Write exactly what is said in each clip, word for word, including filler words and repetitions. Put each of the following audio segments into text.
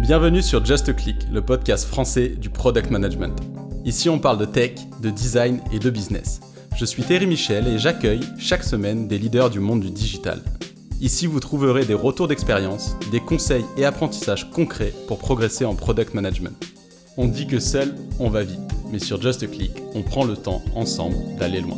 Bienvenue sur Just a Click, le podcast français du product management. Ici, on parle de tech, de design et de business. Je suis Thierry Michel et j'accueille chaque semaine des leaders du monde du digital. Ici, vous trouverez des retours d'expérience, des conseils et apprentissages concrets pour progresser en product management. On dit que seul, on va vite, mais sur Just a Click, on prend le temps ensemble d'aller loin.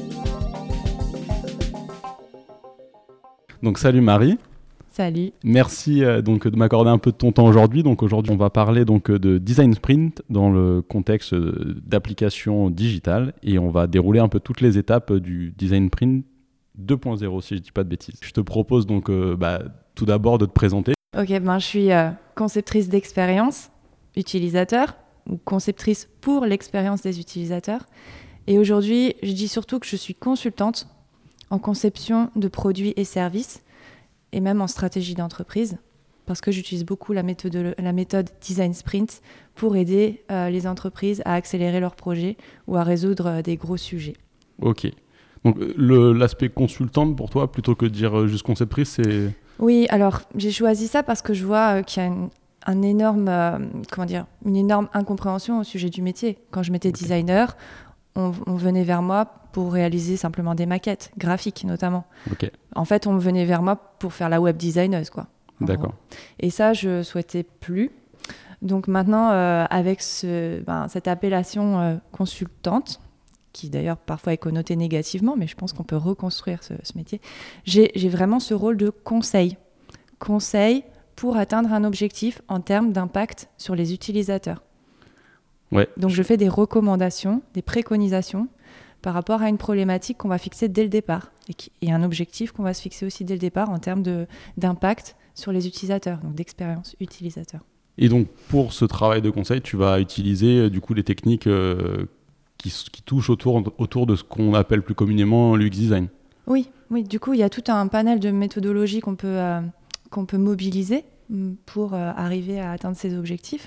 Donc salut Marie. Salut. Merci euh, donc de m'accorder un peu de ton temps aujourd'hui. Donc aujourd'hui, on va parler donc de design sprint dans le contexte d'application digitale et on va dérouler un peu toutes les étapes du design sprint deux point zéro si je dis pas de bêtises. Je te propose donc euh, bah, tout d'abord de te présenter. Ok, ben je suis euh, conceptrice d'expérience utilisateur ou conceptrice pour l'expérience des utilisateurs. Et aujourd'hui, je dis surtout que je suis consultante en conception de produits et services et même en stratégie d'entreprise parce que j'utilise beaucoup la méthode, la méthode Design Sprint pour aider euh, les entreprises à accélérer leurs projets ou à résoudre euh, des gros sujets. Ok. Donc le, l'aspect consultante pour toi, plutôt que de dire juste conceptrice, c'est... Oui, alors j'ai choisi ça parce que je vois euh, qu'il y a une, un énorme, euh, comment dire, une énorme incompréhension au sujet du métier. Quand je m'étais okay. designer, on, on venait vers moi pour réaliser simplement des maquettes, graphiques notamment. Okay. En fait, on venait vers moi pour faire la web designeuse, quoi. D'accord. Et ça, je souhaitais plus. Donc maintenant, euh, avec ce, ben, cette appellation euh, consultante, qui d'ailleurs parfois est connotée négativement, mais je pense qu'on peut reconstruire ce, ce métier, j'ai, j'ai vraiment ce rôle de conseil. Conseil pour atteindre un objectif en termes d'impact sur les utilisateurs. Ouais. Donc je fais des recommandations, des préconisations par rapport à une problématique qu'on va fixer dès le départ et, qui, et un objectif qu'on va se fixer aussi dès le départ en termes de, d'impact sur les utilisateurs, donc d'expérience utilisateur. Et donc pour ce travail de conseil, tu vas utiliser euh, du coup les techniques euh, qui, qui touchent autour, autour de ce qu'on appelle plus communément l'U X design. Oui, oui, du coup il y a tout un panel de méthodologies qu'on peut, euh, qu'on peut mobiliser pour euh, arriver à atteindre ces objectifs.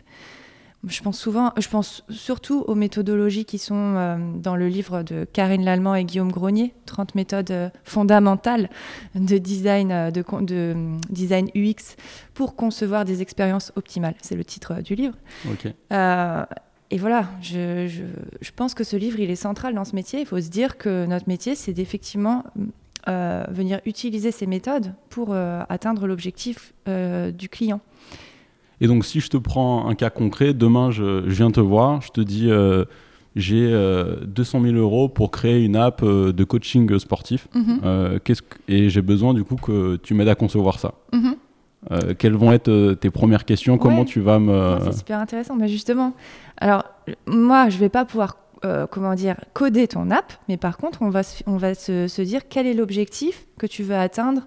Je pense souvent, je pense surtout aux méthodologies qui sont euh, dans le livre de Karine Lallemand et Guillaume Grenier, trente méthodes euh, fondamentales de design, euh, de, de euh, design U X pour concevoir des expériences optimales. C'est le titre euh, du livre. Okay. Euh, et voilà, je, je, je pense que ce livre, il est central dans ce métier. Il faut se dire que notre métier, c'est d'effectivement euh, venir utiliser ces méthodes pour euh, atteindre l'objectif euh, du client. Et donc, si je te prends un cas concret, demain, je, je viens te voir, je te dis, euh, j'ai euh, deux cent mille euros pour créer une app euh, de coaching sportif. Mm-hmm. Euh, qu'est-ce que, et j'ai besoin, du coup, que tu m'aides à concevoir ça. Mm-hmm. Euh, quelles vont être euh, tes premières questions ? Comment ouais. tu vas me... Non, c'est super intéressant. Mais justement, alors, moi, je ne vais pas pouvoir euh, comment dire, coder ton app, mais par contre, on va, se, on va se, se dire quel est l'objectif que tu veux atteindre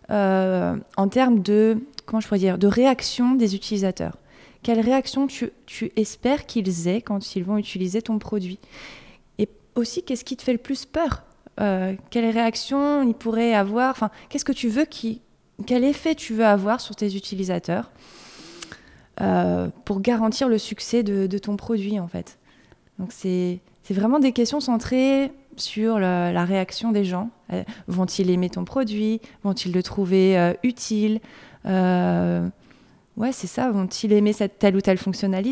euh, en termes de... comment je pourrais dire, de réaction des utilisateurs. Quelle réaction tu, tu espères qu'ils aient quand ils vont utiliser ton produit ? Et aussi, qu'est-ce qui te fait le plus peur ? euh, Quelle réaction ils pourraient avoir ? Enfin, qu'est-ce que tu veux qui, quel effet tu veux avoir sur tes utilisateurs euh, pour garantir le succès de, de ton produit, en fait. Donc, c'est, c'est vraiment des questions centrées sur la, la réaction des gens. Euh, vont-ils aimer ton produit ? Vont-ils le trouver euh, utile ? Euh, ouais, c'est ça. Vont-ils aimer cette telle ou telle fonctionnalité ?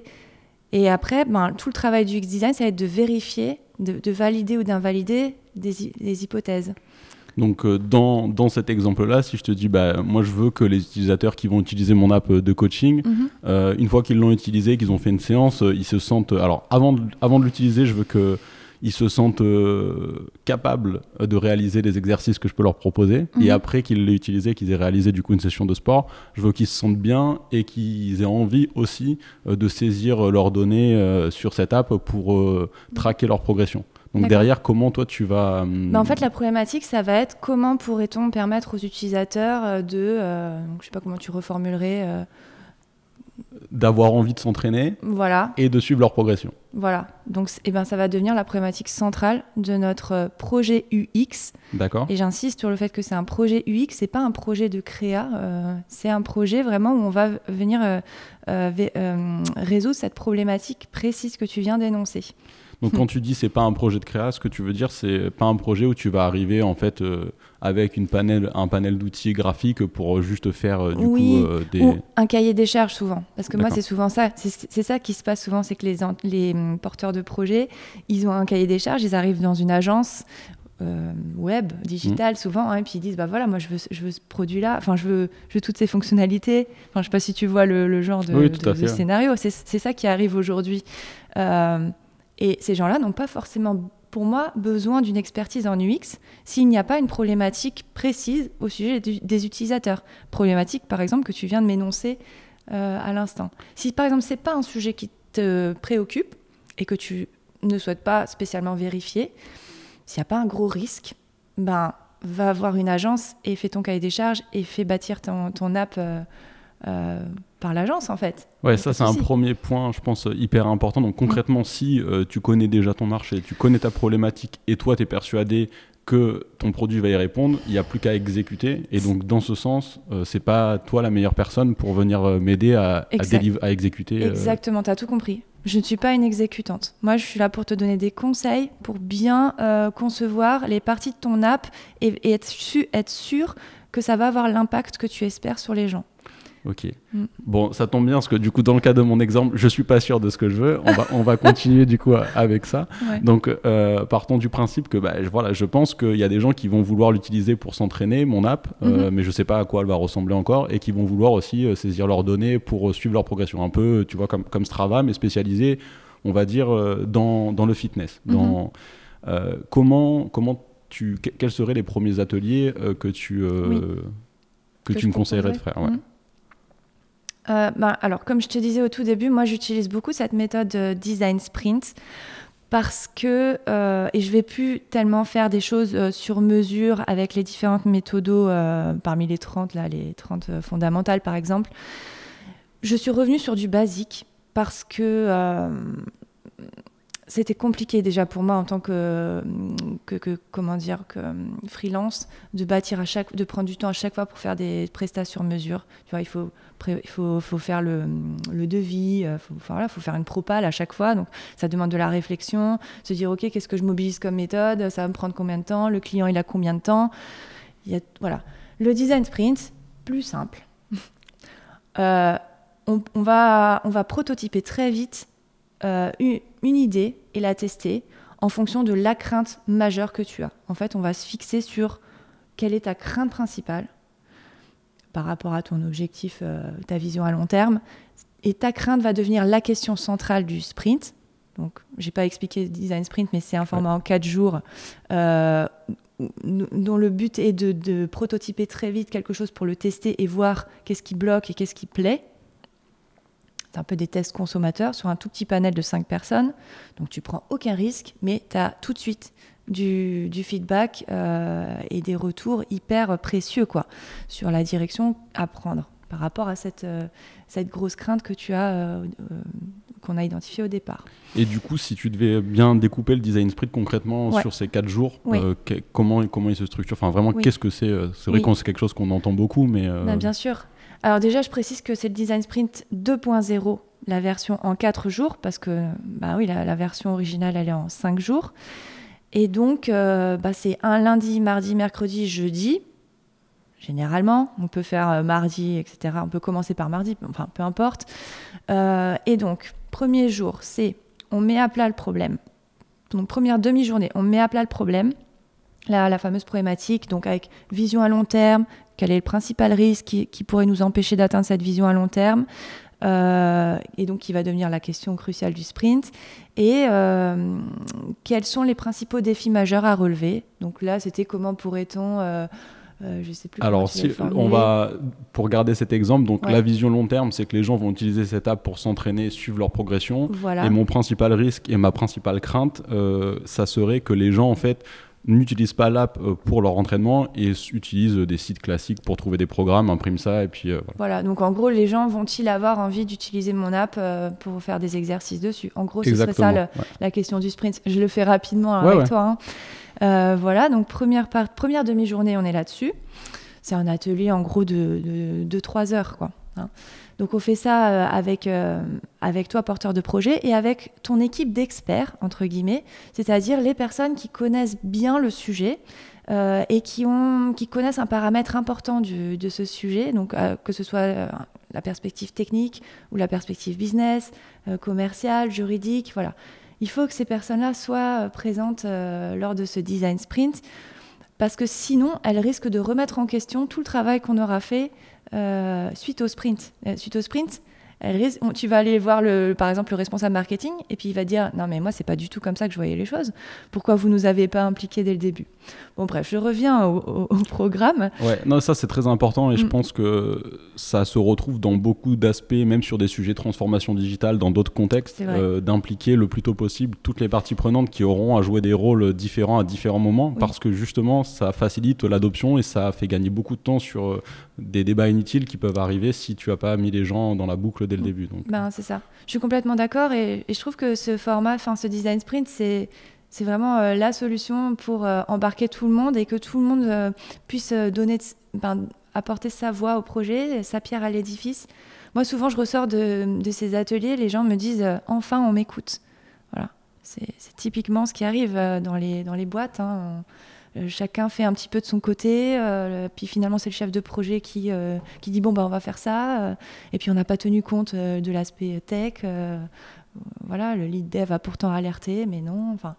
Et après, ben, tout le travail du U X design, ça va être de vérifier, de, de valider ou d'invalider des, des hypothèses. Donc, euh, dans, dans cet exemple-là, si je te dis, bah, moi, je veux que les utilisateurs qui vont utiliser mon app de coaching, mm-hmm. euh, une fois qu'ils l'ont utilisé, qu'ils ont fait une séance, euh, ils se sentent... Alors, avant de, avant de l'utiliser, je veux que... ils se sentent euh, capables de réaliser les exercices que je peux leur proposer. Mmh. Et après qu'ils l'aient utilisé, qu'ils aient réalisé du coup une session de sport, je veux qu'ils se sentent bien et qu'ils aient envie aussi euh, de saisir leurs données euh, sur cette app pour euh, traquer leur progression. Donc D'accord. derrière, comment toi tu vas... Euh... Bah en fait, la problématique, ça va être comment pourrait-on permettre aux utilisateurs de... Euh, je ne sais pas comment tu reformulerais... Euh... d'avoir envie de s'entraîner voilà. et de suivre leur progression. Voilà, donc eh ben, ça va devenir la problématique centrale de notre projet U X. D'accord. Et j'insiste sur le fait que c'est un projet U X, c'est pas un projet de créa, euh, c'est un projet vraiment où on va venir euh, euh, euh, résoudre cette problématique précise que tu viens d'énoncer. Donc quand tu dis c'est pas un projet de créa, ce que tu veux dire c'est pas un projet où tu vas arriver en fait euh, avec une panel, un panel d'outils graphiques pour juste faire euh, du oui, coup euh, des... ou un cahier des charges souvent. Parce que D'accord. moi c'est souvent ça, c'est, c'est ça qui se passe souvent, c'est que les, en- les hum, porteurs de projets, ils ont un cahier des charges, ils arrivent dans une agence euh, web, digitale mmh. souvent, hein, et puis ils disent bah voilà, moi je veux, je veux ce produit-là, enfin je veux, je veux toutes ces fonctionnalités. Enfin je sais pas si tu vois le, le genre de, oui, de, fait, de scénario, c'est, c'est ça qui arrive aujourd'hui. Euh, et ces gens-là n'ont pas forcément, pour moi, besoin d'une expertise en U X s'il n'y a pas une problématique précise au sujet du, des utilisateurs. Problématique, par exemple, que tu viens de m'énoncer euh, à l'instant. Si, par exemple, ce n'est pas un sujet qui te préoccupe et que tu ne souhaites pas spécialement vérifier, s'il n'y a pas un gros risque, ben, va voir une agence et fais ton cahier des charges et fais bâtir ton, ton app euh, euh, par l'agence, en fait. Ouais, ça, c'est souci. Un premier point, je pense, hyper important. Donc, concrètement, mmh. si euh, tu connais déjà ton marché, tu connais ta problématique et toi, tu es persuadé que ton produit va y répondre, il n'y a plus qu'à exécuter. Et donc, dans ce sens, euh, c'est pas toi la meilleure personne pour venir euh, m'aider à, à, déliv- à exécuter. Euh... Exactement, tu as tout compris. Je ne suis pas une exécutante. Moi, je suis là pour te donner des conseils, pour bien euh, concevoir les parties de ton app et, et être, su- être sûr que ça va avoir l'impact que tu espères sur les gens. Ok. Mm. Bon, ça tombe bien parce que du coup, dans le cas de mon exemple, je suis pas sûr de ce que je veux. On va, on va continuer du coup avec ça. Ouais. Donc, euh, partons du principe que, bah, je, voilà, je pense qu'il y a des gens qui vont vouloir l'utiliser pour s'entraîner, mon app, mm-hmm. euh, mais je sais pas à quoi elle va ressembler encore, et qui vont vouloir aussi euh, saisir leurs données pour euh, suivre leur progression. Un peu, tu vois, comme, comme Strava, mais spécialisé, on va dire, euh, dans, dans le fitness. Mm-hmm. Dans, euh, comment, comment tu, que, quels seraient les premiers ateliers euh, que tu, euh, oui. que, que tu me conseillerais de faire ouais. mm-hmm. Euh, ben, alors, comme je te disais au tout début, moi j'utilise beaucoup cette méthode euh, design sprint parce que, euh, et je ne vais plus tellement faire des choses euh, sur mesure avec les différentes méthodos, euh, parmi les trente, là, les trente euh, fondamentales par exemple. Je suis revenue sur du basique parce que euh, c'était compliqué déjà pour moi en tant que, que, que comment dire, que freelance de bâtir à chaque, de prendre du temps à chaque fois pour faire des prestats sur mesure. Tu vois, il faut, il faut, faut faire le, le devis, il faut, voilà, faut faire une propale à chaque fois. Donc, ça demande de la réflexion, se dire, OK, qu'est-ce que je mobilise comme méthode ? Ça va me prendre combien de temps ? Le client, il a combien de temps ? il y a, voilà. Le design sprint, plus simple. euh, on, on, va, on va prototyper très vite euh, une, une idée et la tester en fonction de la crainte majeure que tu as. En fait, on va se fixer sur quelle est ta crainte principale par rapport à ton objectif, euh, ta vision à long terme. Et ta crainte va devenir la question centrale du sprint. Donc, je n'ai pas expliqué design sprint, mais c'est un format ouais. en quatre jours euh, dont le but est de, de prototyper très vite quelque chose pour le tester et voir qu'est-ce qui bloque et qu'est-ce qui plaît. C'est un peu des tests consommateurs sur un tout petit panel de cinq personnes. Donc, tu ne prends aucun risque, mais tu as tout de suite du, du feedback euh, et des retours hyper précieux quoi, sur la direction à prendre par rapport à cette, euh, cette grosse crainte que tu as, euh, euh, qu'on a identifiée au départ. Et du coup, si tu devais bien découper le design sprint concrètement ouais. sur ces quatre jours, oui. euh, que, comment, comment il se structure ? Enfin, vraiment, oui. qu'est-ce que c'est ? C'est vrai oui. que c'est quelque chose qu'on entend beaucoup, mais... Euh... Ben, bien sûr. Alors déjà, je précise que c'est le design sprint deux point zéro, la version en quatre jours, parce que bah oui, la, la version originale, elle est en cinq jours. Et donc, euh, bah, c'est un lundi, mardi, mercredi, jeudi. Généralement, on peut faire euh, mardi, et cetera. On peut commencer par mardi, enfin, peu importe. Euh, et donc, premier jour, c'est on met à plat le problème. Donc, première demi-journée, on met à plat le problème. La, la fameuse problématique, donc avec vision à long terme, quel est le principal risque qui, qui pourrait nous empêcher d'atteindre cette vision à long terme, euh, et donc qui va devenir la question cruciale du sprint, et euh, quels sont les principaux défis majeurs à relever. Donc là, c'était comment pourrait-on... Euh, euh, je sais plus Alors, si on va, pour garder cet exemple, donc ouais. la vision long terme, c'est que les gens vont utiliser cette app pour s'entraîner, suivre leur progression, voilà. Et mon principal risque et ma principale crainte, euh, ça serait que les gens, en fait, n'utilisent pas l'app pour leur entraînement et utilisent des sites classiques pour trouver des programmes, impriment ça et puis euh, voilà. Voilà, donc en gros, les gens vont-ils avoir envie d'utiliser mon app euh, pour faire des exercices dessus ? En gros, ce Exactement, serait ça le, ouais. la question du sprint. Je le fais rapidement ouais, avec ouais. toi. Hein. Euh, voilà, donc première, par- première demi-journée, on est là-dessus. C'est un atelier en gros de deux à trois heures, quoi. Hein. Donc on fait ça euh, avec, euh, avec toi, porteur de projet, et avec ton équipe d'experts, entre guillemets, c'est-à-dire les personnes qui connaissent bien le sujet euh, et qui, ont, qui connaissent un paramètre important du, de ce sujet, donc euh, que ce soit euh, la perspective technique ou la perspective business, euh, commerciale, juridique, voilà. Il faut que ces personnes-là soient présentes euh, lors de ce design sprint, parce que sinon, elles risquent de remettre en question tout le travail qu'on aura fait euh, suite au sprint. Euh, suite au sprint, elles risquent, on, tu vas aller voir, le, par exemple, le responsable marketing, et puis il va dire « Non, mais moi, c'est pas du tout comme ça que je voyais les choses. Pourquoi vous nous avez pas impliqués dès le début ?» Bon, bref, je reviens au, au, au programme. Ouais, non, ça, c'est très important, et mm. je pense que ça se retrouve dans beaucoup d'aspects, même sur des sujets de transformation digitale, dans d'autres contextes, euh, d'impliquer le plus tôt possible toutes les parties prenantes qui auront à jouer des rôles différents à différents moments, oui. parce que justement, ça facilite l'adoption et ça fait gagner beaucoup de temps sur euh, des débats inutiles qui peuvent arriver si tu n'as pas mis les gens dans la boucle dès le début. Donc. Ben, c'est ça. Je suis complètement d'accord, et, et je trouve que ce format, enfin ce design sprint, c'est... C'est vraiment euh, la solution pour euh, embarquer tout le monde et que tout le monde euh, puisse euh, donner, ben, apporter sa voix au projet, sa pierre à l'édifice. Moi, souvent, je ressors de, de ces ateliers, les gens me disent euh, « enfin, on m'écoute ». Voilà, c'est, c'est typiquement ce qui arrive euh, dans, les, dans les boîtes. Hein. Euh, chacun fait un petit peu de son côté, euh, puis finalement, c'est le chef de projet qui, euh, qui dit « bon, ben, on va faire ça euh, ». Et puis, on n'a pas tenu compte euh, de l'aspect tech. Euh, Voilà, le lead dev a pourtant alerté, mais non. Enfin,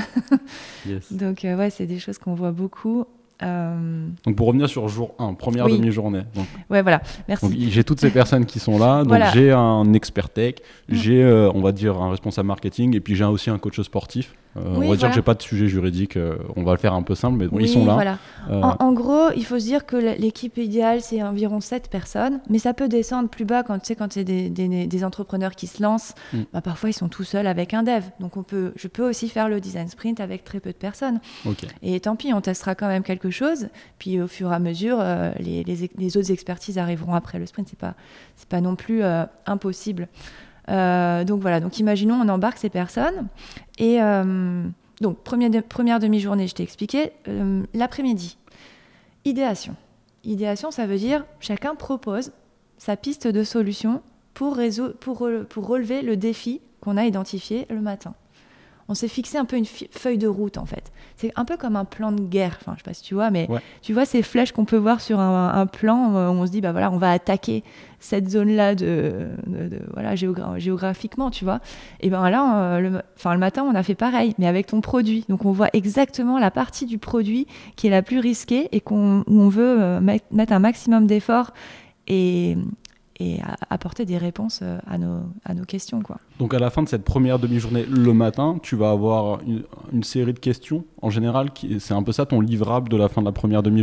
yes. Donc euh, ouais, c'est des choses qu'on voit beaucoup. Euh... Donc pour revenir sur jour un, première oui. demi-journée. Donc, ouais, voilà. Merci. Donc, j'ai toutes ces personnes qui sont là. Donc voilà. J'ai un expert tech, mmh. j'ai, euh, on va dire, un responsable marketing, et puis j'ai aussi un coach sportif. Euh, oui, on va voilà. dire que j'ai pas de sujet juridique. Euh, on va le faire un peu simple, mais bon, oui, ils sont là. Voilà. Euh... En, en gros, il faut se dire que l'équipe idéale, c'est environ sept personnes, mais ça peut descendre plus bas quand tu sais, quand c'est des, des, des entrepreneurs qui se lancent. Mm. Bah, parfois, ils sont tout seuls avec un dev. Donc, on peut, je peux aussi faire le design sprint avec très peu de personnes. Okay. Et tant pis, on testera quand même quelque chose. Puis, au fur et à mesure, euh, les, les, les autres expertises arriveront après le sprint. C'est pas, c'est pas non plus euh, impossible. Euh, donc voilà. Donc, imaginons, on embarque ces personnes et euh, donc, première, de, première demi-journée, je t'ai expliqué. Euh, l'après-midi, idéation. Idéation, ça veut dire chacun propose sa piste de solution pour, résol- pour, pour relever le défi qu'on a identifié le matin. On s'est fixé un peu une fi- feuille de route, en fait. C'est un peu comme un plan de guerre. Enfin, je ne sais pas si tu vois, mais ouais. tu vois ces flèches qu'on peut voir sur un, un plan où on se dit, bah voilà, on va attaquer cette zone-là de, de, de, voilà, géogra- géographiquement, tu vois. Et bien là, euh, le, le matin, on a fait pareil, mais avec ton produit. Donc, on voit exactement la partie du produit qui est la plus risquée et qu'on, où on veut euh, mettre, mettre un maximum d'efforts et... et apporter des réponses à nos, à nos questions, quoi. Donc à la fin de cette première demi-journée, le matin, tu vas avoir une, une série de questions, en général, qui, c'est un peu ça ton livrable de la fin de la première demi-journée ?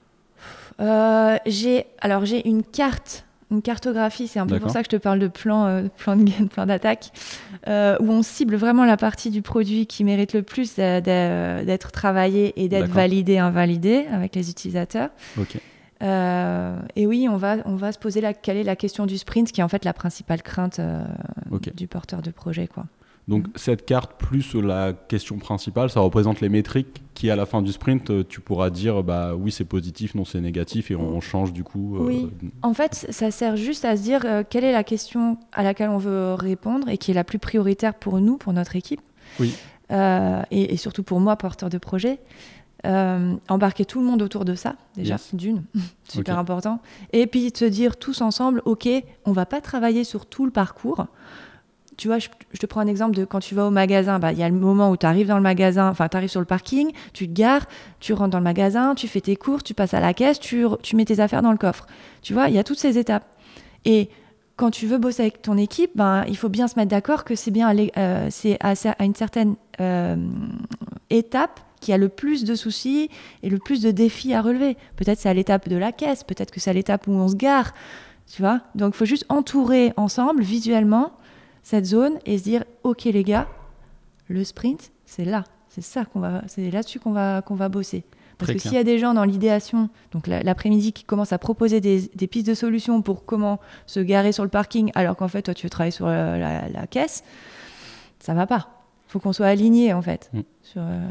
euh, j'ai, Alors j'ai une carte, une cartographie, c'est un peu D'accord. pour ça que je te parle de plan, euh, plan de gain, plan d'attaque, euh, où on cible vraiment la partie du produit qui mérite le plus d'être travaillée et d'être D'accord. validée, invalidée avec les utilisateurs. Ok. Euh, et oui, on va, on va se poser la, quelle est la question du sprint, qui est en fait la principale crainte euh, okay. du porteur de projet, quoi. Donc mmh. cette carte plus la question principale, ça représente les métriques qui, à la fin du sprint, tu pourras dire bah oui c'est positif, non c'est négatif, et on, on change du coup. Oui. Euh... En fait, ça sert juste à se dire euh, quelle est la question à laquelle on veut répondre et qui est la plus prioritaire pour nous, pour notre équipe. Oui. Euh, et, et surtout pour moi, porteur de projet. Euh, embarquer tout le monde autour de ça, déjà, yes. d'une, super okay. important. Et puis te dire tous ensemble, ok, on va pas travailler sur tout le parcours. Tu vois, je, je te prends un exemple de quand tu vas au magasin, bah, y a le moment où tu arrives dans le magasin, enfin tu arrives sur le parking, tu te gares, tu rentres dans le magasin, tu fais tes courses, tu passes à la caisse, tu, tu mets tes affaires dans le coffre. Tu vois, il y a toutes ces étapes. Et quand tu veux bosser avec ton équipe, ben, il faut bien se mettre d'accord que c'est bien euh, c'est à, à une certaine euh, étape qui a le plus de soucis et le plus de défis à relever. Peut-être c'est à l'étape de la caisse, peut-être que c'est à l'étape où on se gare, tu vois. Donc, il faut juste entourer ensemble, visuellement, cette zone et se dire, OK, les gars, le sprint, c'est là. C'est ça qu'on va, c'est là-dessus qu'on va, qu'on va bosser. Parce Très que clair. S'il y a des gens dans l'idéation, donc l'après-midi, qui commencent à proposer des, des pistes de solutions pour comment se garer sur le parking, alors qu'en fait, toi, tu veux travailler sur la, la, la caisse, ça va pas. Il faut qu'on soit aligné, en fait. Mm. Sur, euh...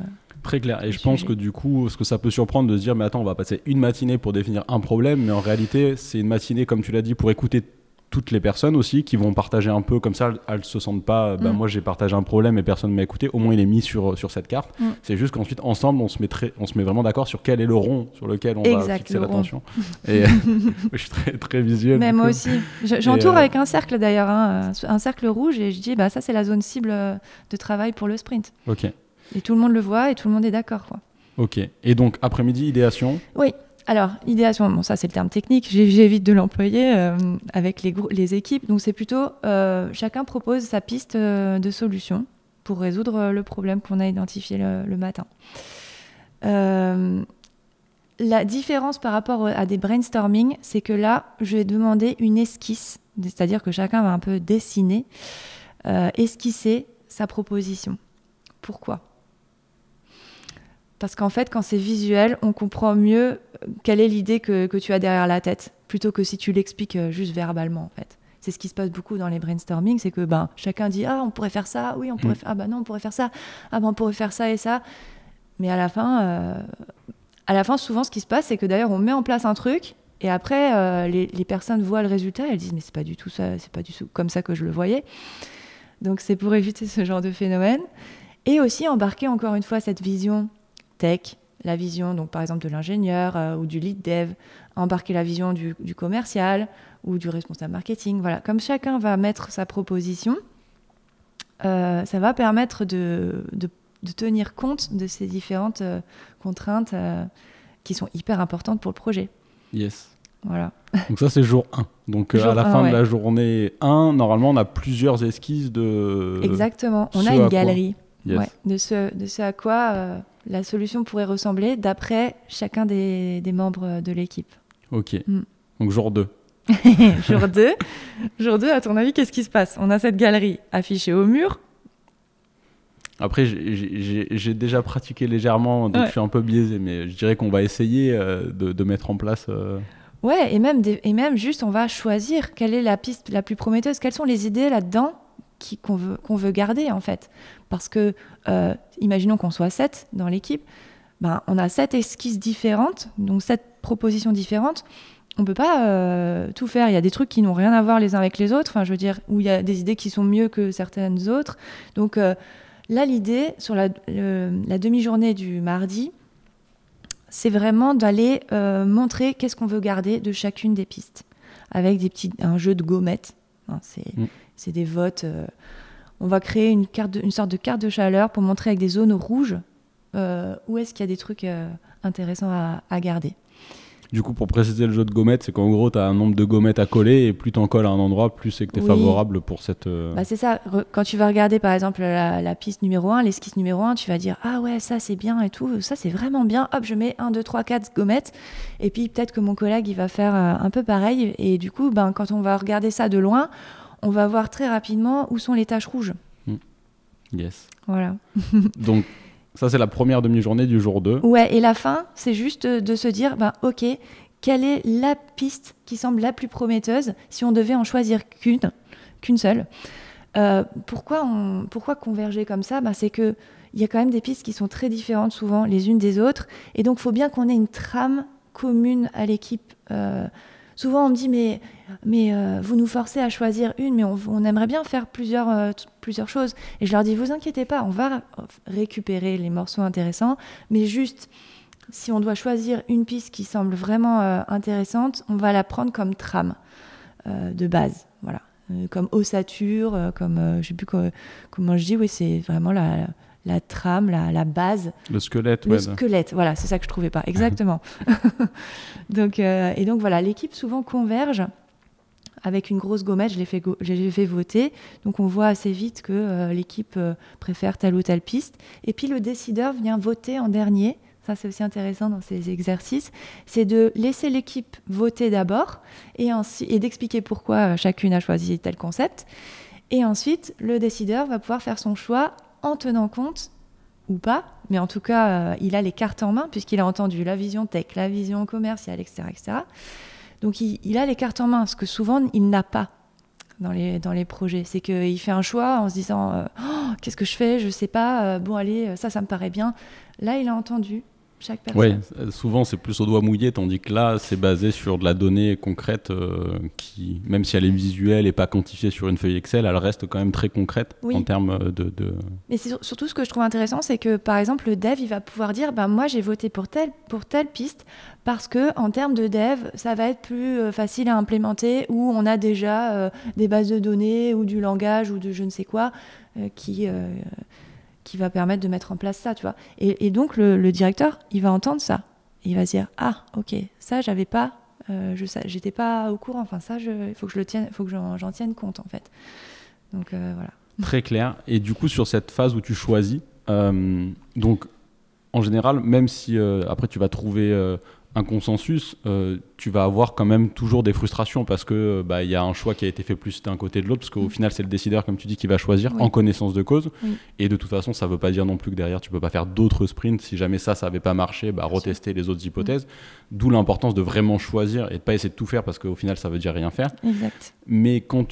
Très clair. Et je pense que du coup, ce que ça peut surprendre de se dire, mais attends, on va passer une matinée pour définir un problème, mais en réalité, c'est une matinée, comme tu l'as dit, pour écouter toutes les personnes aussi, qui vont partager un peu comme ça, elles se sentent pas, bah, mm. moi j'ai partagé un problème et personne ne m'a écouté, au moins il est mis sur, sur cette carte. Mm. C'est juste qu'ensuite, ensemble, on se met, très, on se met vraiment d'accord sur quel est le rond sur lequel on exact, va fixer l'attention. Et je suis très, très visuel. Mais moi coup. aussi. Je, j'entoure euh... avec un cercle d'ailleurs, hein, un cercle rouge, et je dis, bah, ça c'est la zone cible de travail pour le sprint. Ok. Et tout le monde le voit et tout le monde est d'accord, quoi. Ok. Et donc, après-midi, idéation ? Oui. Alors, idéation, bon, ça c'est le terme technique, j'évite de l'employer euh, avec les, grou- les équipes. Donc, c'est plutôt euh, chacun propose sa piste euh, de solution pour résoudre le problème qu'on a identifié le, le matin. Euh, la différence par rapport à des brainstorming, c'est que là, je vais demander une esquisse, c'est-à-dire que chacun va un peu dessiner, euh, esquisser sa proposition. Pourquoi ? Parce qu'en fait, quand c'est visuel, on comprend mieux quelle est l'idée que, que tu as derrière la tête, plutôt que si tu l'expliques juste verbalement, en fait. C'est ce qui se passe beaucoup dans les brainstorming, c'est que ben, chacun dit « Ah, on pourrait faire ça, oui, on pourrait mmh. faire... Ah ben non, on pourrait faire ça, ah ben on pourrait faire ça et ça. » Mais à la fin, euh, à la fin, souvent, ce qui se passe, c'est que d'ailleurs, on met en place un truc, et après, euh, les, les personnes voient le résultat, elles disent « Mais c'est pas du tout ça, c'est pas du tout comme ça que je le voyais. » Donc, c'est pour éviter ce genre de phénomène. Et aussi embarquer, encore une fois, cette vision tech, la vision donc par exemple de l'ingénieur euh, ou du lead dev, embarquer la vision du, du commercial ou du responsable marketing. Voilà, comme chacun va mettre sa proposition, euh, ça va permettre de, de, de tenir compte de ces différentes euh, contraintes euh, qui sont hyper importantes pour le projet. Yes. Voilà. Donc ça c'est jour un. Donc jour à la un, fin ouais. de la journée un, normalement on a plusieurs esquisses de... Exactement, on a une galerie yes. ouais, de, ce, de ce à quoi... Euh, la solution pourrait ressembler d'après chacun des, des membres de l'équipe. Ok. Mm. Donc jour deux. jour deux. Jour deux, à ton avis, qu'est-ce qui se passe ? On a cette galerie affichée au mur. Après, j'ai, j'ai, j'ai déjà pratiqué légèrement, donc ouais. je suis un peu biaisé, mais je dirais qu'on va essayer euh, de, de mettre en place... Euh... Ouais, et même, des, et même juste, on va choisir quelle est la piste la plus prometteuse, quelles sont les idées là-dedans Qui, qu'on, veut, qu'on veut garder en fait, parce que euh, imaginons qu'on soit sept dans l'équipe, ben, on a sept esquisses différentes, donc sept propositions différentes, on peut pas euh, tout faire, il y a des trucs qui n'ont rien à voir les uns avec les autres, enfin je veux dire, où il y a des idées qui sont mieux que certaines autres, donc euh, là l'idée sur la, le, la demi-journée du mardi, c'est vraiment d'aller euh, montrer qu'est-ce qu'on veut garder de chacune des pistes, avec des petits, un jeu de gommettes, hein, c'est... Mm. C'est des votes. Euh, on va créer une, carte de, une sorte de carte de chaleur pour montrer avec des zones rouges euh, où est-ce qu'il y a des trucs euh, intéressants à, à garder. Du coup, pour préciser le jeu de gommettes, c'est qu'en gros, tu as un nombre de gommettes à coller et plus tu en colles à un endroit, plus c'est que tu es oui. favorable pour cette... Euh... Bah, c'est ça. Re- quand tu vas regarder, par exemple, la, la piste numéro un, l'esquisse numéro un, tu vas dire « Ah ouais, ça c'est bien et tout, ça c'est vraiment bien. Hop, je mets un, deux, trois, quatre gommettes. » Et puis peut-être que mon collègue, il va faire euh, un peu pareil. Et du coup, ben, quand on va regarder ça de loin, on va voir très rapidement où sont les taches rouges. Mmh. Yes. Voilà. Donc, ça, c'est la première demi-journée du jour deux. Ouais, et la fin, c'est juste de se dire, ben, ok, quelle est la piste qui semble la plus prometteuse si on devait en choisir qu'une, qu'une seule. Euh, pourquoi, on, pourquoi converger comme ça ? Ben, c'est qu'il y a quand même des pistes qui sont très différentes souvent les unes des autres. Et donc, il faut bien qu'on ait une trame commune à l'équipe. Euh, Souvent, on me dit, mais, mais euh, vous nous forcez à choisir une, mais on, on aimerait bien faire plusieurs, euh, t- plusieurs choses. Et je leur dis, vous inquiétez pas, on va récupérer les morceaux intéressants, mais juste, si on doit choisir une piste qui semble vraiment euh, intéressante, on va la prendre comme trame euh, de base, voilà. Euh, comme ossature, euh, comme, euh, je ne sais plus quoi, comment je dis, oui, c'est vraiment la... la la trame, la, la base. Le squelette. Le ouais, squelette, voilà, c'est ça que je ne trouvais pas, exactement. donc, euh, et donc voilà, l'équipe souvent converge avec une grosse gommette, je l'ai fait, go- je l'ai fait voter, donc on voit assez vite que euh, l'équipe euh, préfère telle ou telle piste. Et puis le décideur vient voter en dernier, ça c'est aussi intéressant dans ces exercices, c'est de laisser l'équipe voter d'abord et, ensuite, et d'expliquer pourquoi chacune a choisi tel concept. Et ensuite, le décideur va pouvoir faire son choix en tenant compte, ou pas, mais en tout cas, euh, il a les cartes en main, puisqu'il a entendu la vision tech, la vision commerciale, et cetera, et cetera. Donc, il, il a les cartes en main, ce que souvent, il n'a pas. dans les, dans les projets. C'est qu'il fait un choix en se disant euh, oh, qu'est-ce que je fais, je sais pas, euh, bon allez, ça, ça me paraît bien. Là, il a entendu chaque personne. Oui, souvent c'est plus au doigt mouillé, tandis que là, c'est basé sur de la donnée concrète euh, qui, même si elle est visuelle et pas quantifiée sur une feuille Excel, elle reste quand même très concrète oui. en termes de, de... Mais c'est surtout ce que je trouve intéressant, c'est que par exemple, le dev, il va pouvoir dire bah, moi, j'ai voté pour telle, pour telle piste parce qu'en termes de dev, ça va être plus euh, facile à implémenter où on a déjà euh, des bases de données ou du langage ou de je ne sais quoi euh, qui... Euh, qui va permettre de mettre en place ça, tu vois. Et, et donc, le, le directeur, il va entendre ça. Il va se dire, ah, ok, ça, j'avais pas, euh, je, ça, j'étais pas au courant. Enfin, ça, il faut que je le tienne, faut que j'en, j'en tienne compte, en fait. Donc, euh, voilà. Très clair. Et du coup, sur cette phase où tu choisis, euh, donc, en général, même si, euh, après, tu vas trouver euh, un consensus, euh, tu vas avoir quand même toujours des frustrations parce que bah, y a un choix qui a été fait plus d'un côté de l'autre, parce qu'au mmh. final, c'est le décideur, comme tu dis, qui va choisir oui. en connaissance de cause. Oui. Et de toute façon, ça ne veut pas dire non plus que derrière, tu ne peux pas faire d'autres sprints. Si jamais ça, ça n'avait pas marché, bah, retester les autres hypothèses. Mmh. D'où l'importance de vraiment choisir et de ne pas essayer de tout faire parce qu'au final, ça veut dire rien faire. Exact. Mais quand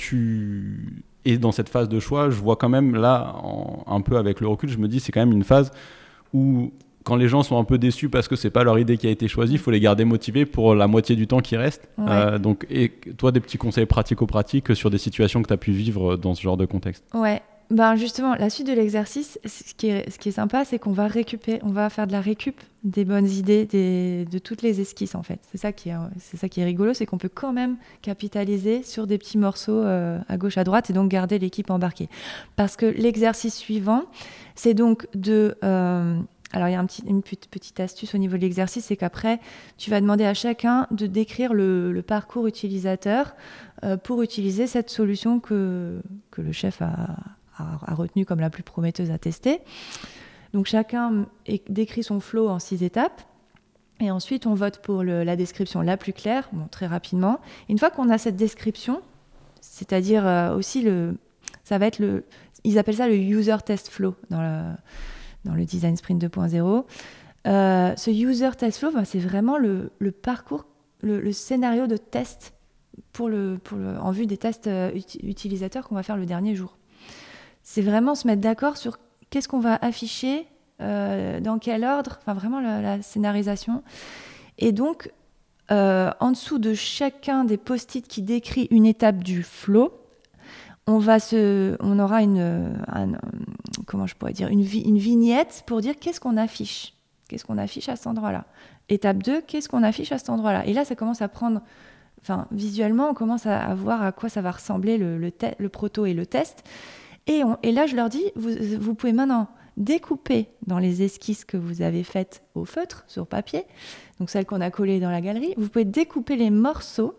tu es dans cette phase de choix, je vois quand même là, en, un peu avec le recul, je me dis c'est quand même une phase où... Quand les gens sont un peu déçus parce que c'est pas leur idée qui a été choisie, il faut les garder motivés pour la moitié du temps qui reste. Ouais. Euh, donc, et toi, des petits conseils pratico-pratiques sur des situations que tu as pu vivre dans ce genre de contexte? Ouais, ben justement, la suite de l'exercice, ce qui est, ce qui est sympa, c'est qu'on va récupérer, on va faire de la récup des bonnes idées, des, de toutes les esquisses en fait. C'est ça qui est, c'est ça qui est rigolo, c'est qu'on peut quand même capitaliser sur des petits morceaux euh, à gauche, à droite et donc garder l'équipe embarquée. Parce que l'exercice suivant, c'est donc de... Euh, Alors, il y a un petit, une petite astuce au niveau de l'exercice, c'est qu'après, tu vas demander à chacun de décrire le, le parcours utilisateur euh, pour utiliser cette solution que, que le chef a, a, a retenue comme la plus prometteuse à tester. Donc, chacun décrit son flow en six étapes. Et ensuite, on vote pour le, la description la plus claire, bon, très rapidement. Une fois qu'on a cette description, c'est-à-dire euh, aussi, le, ça va être le... Ils appellent ça le user test flow dans le... dans le design sprint deux point zéro. Euh, ce user test flow, bah, c'est vraiment le, le parcours, le, le scénario de test pour le, pour le, en vue des tests euh, ut- utilisateurs qu'on va faire le dernier jour. C'est vraiment se mettre d'accord sur qu'est-ce qu'on va afficher, euh, dans quel ordre, enfin vraiment la, la scénarisation. Et donc, euh, en dessous de chacun des post-it qui décrit une étape du flow, On, va se, on aura une, un, comment je pourrais dire, une, vi, une vignette pour dire qu'est-ce qu'on affiche. Qu'est-ce qu'on affiche à cet endroit-là. Étape deux, qu'est-ce qu'on affiche à cet endroit-là. Et là, ça commence à prendre... Enfin, visuellement, on commence à, à voir à quoi ça va ressembler le, le, te, le proto et le test. Et, on, et là, je leur dis, vous, vous pouvez maintenant découper dans les esquisses que vous avez faites au feutre, sur papier, donc celles qu'on a collées dans la galerie, vous pouvez découper les morceaux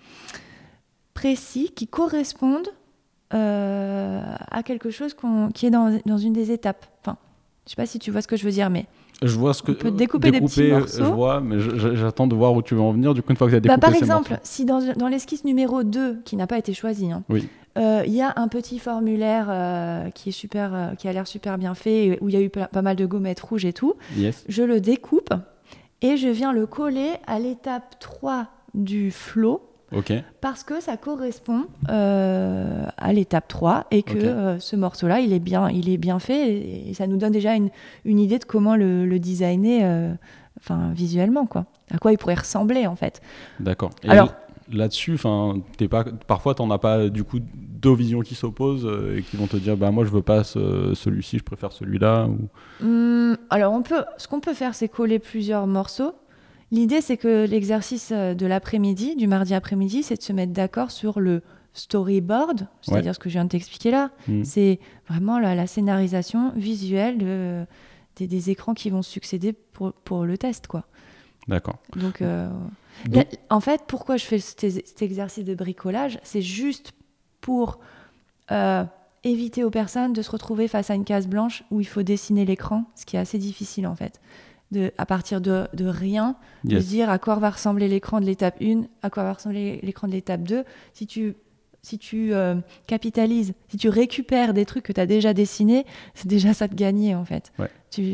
précis qui correspondent Euh, à quelque chose qu'on, qui est dans, dans une des étapes. Enfin, je ne sais pas si tu vois ce que je veux dire, mais je vois ce que, on peut découper, découper des petits morceaux. Je vois, mais je, j'attends de voir où tu veux en venir. Du coup, une fois que tu as découpé bah, par ces exemple, morceaux. si dans, dans l'esquisse numéro deux, qui n'a pas été choisie, il hein, oui. euh, y a un petit formulaire euh, qui, est super, euh, qui a l'air super bien fait, où il y a eu pas, pas mal de gommettes rouges et tout, yes. Je le découpe et je viens le coller à l'étape trois du flow. Okay. Parce que ça correspond euh, à l'étape trois et que okay. euh, ce morceau-là, il est bien, il est bien fait et, et ça nous donne déjà une, une idée de comment le, le designer euh, visuellement, quoi. À quoi il pourrait ressembler, en fait. D'accord. Et Alors, là-dessus, t'es pas, parfois, tu n'en as pas du coup deux visions qui s'opposent euh, et qui vont te dire bah, « moi, je veux pas ce, celui-ci, je préfère celui-là ou... ». Hum, alors, on peut, ce qu'on peut faire, c'est coller plusieurs morceaux. L'idée, c'est que l'exercice de l'après-midi, du mardi après-midi, c'est de se mettre d'accord sur le storyboard, c'est-à-dire ouais. ce que je viens de t'expliquer là. Mmh. C'est vraiment la, la scénarisation visuelle de, des, des écrans qui vont succéder pour, pour le test, quoi. D'accord. Donc, euh, Donc... Là, en fait, pourquoi je fais cet, cet exercice de bricolage ? C'est juste pour euh, éviter aux personnes de se retrouver face à une case blanche où il faut dessiner l'écran, ce qui est assez difficile, en fait. De, à partir de, de rien, yes. de se dire à quoi va ressembler l'écran de l'étape un, à quoi va ressembler l'écran de l'étape deux. Si tu, si tu euh, capitalises, si tu récupères des trucs que tu as déjà dessinés, c'est déjà ça de gagner, en fait. Ouais. Tu,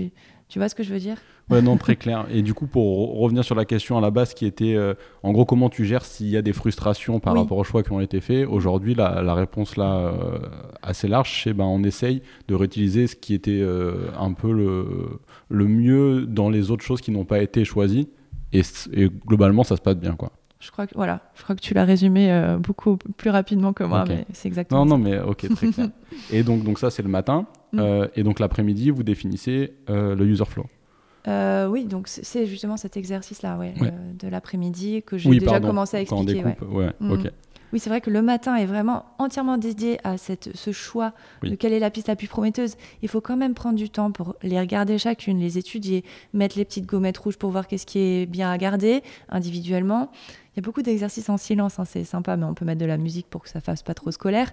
Tu vois ce que je veux dire ? Ouais, non, très clair. Et du coup, pour re- revenir sur la question à la base qui était, euh, en gros, comment tu gères s'il y a des frustrations par Oui. rapport aux choix qui ont été faits. Aujourd'hui, la, la réponse là, euh, assez large, c'est ben, on essaye de réutiliser ce qui était euh, un peu le, le mieux dans les autres choses qui n'ont pas été choisies. Et, c- et globalement, ça se passe bien, quoi. Je crois que, voilà, je crois que tu l'as résumé euh, beaucoup plus rapidement que moi, Ok. mais c'est exactement Non, ça. non, mais ok, très clair. Et donc, donc ça, c'est le matin. Mm. Euh, et donc, l'après-midi, vous définissez euh, le user flow. Euh, oui, donc c'est- c'est justement cet exercice-là, ouais, Ouais. euh, de l'après-midi que j'ai Oui, déjà pardon. commencé à Quand on expliquer. Ouais. découpe, ouais, Mm. ok. Oui, c'est vrai que le matin est vraiment entièrement dédié à cette, ce choix Oui. de quelle est la piste la plus prometteuse. Il faut quand même prendre du temps pour les regarder chacune, les étudier, mettre les petites gommettes rouges pour voir qu'est-ce qui est bien à garder individuellement. Il y a beaucoup d'exercices en silence, hein, c'est sympa, mais on peut mettre de la musique pour que ça fasse pas trop scolaire.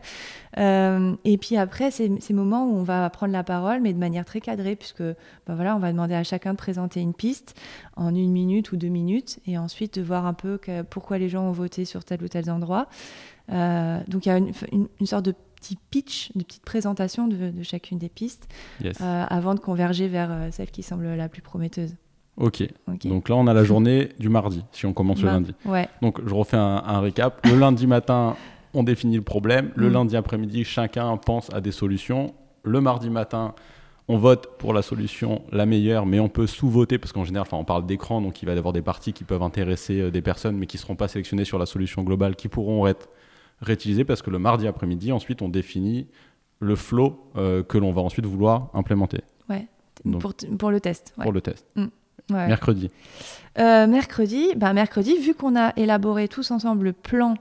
Euh, et puis après, c'est ces moments où on va prendre la parole, mais de manière très cadrée, puisque ben voilà, on va demander à chacun de présenter une piste en une minute ou deux minutes, et ensuite de voir un peu que, pourquoi les gens ont voté sur tel ou tel endroit. Euh, donc il y a une, une, une sorte de petit pitch, de petite présentation de, de chacune des pistes, Yes. euh, avant de converger vers euh, celle qui semble la plus prometteuse. Ok. Ok. Donc là, on a la journée du mardi, si on commence le Bah, lundi. Ouais. Donc je refais un, un récap. Le lundi matin, on définit le problème. Le Mm. lundi après-midi, chacun pense à des solutions. Le mardi matin, on vote pour la solution la meilleure, mais on peut sous-voter parce qu'en général, enfin, on parle d'écran, donc il va y avoir des parties qui peuvent intéresser euh, des personnes, mais qui ne seront pas sélectionnées sur la solution globale, qui pourront être réutilisées parce que le mardi après-midi, ensuite, on définit le flow euh, que l'on va ensuite vouloir implémenter Ouais. Donc, Pour, t- pour le test. Ouais. pour le test. Ouais. Mercredi. Euh, mercredi, bah, mercredi, vu qu'on a élaboré tous ensemble le plan,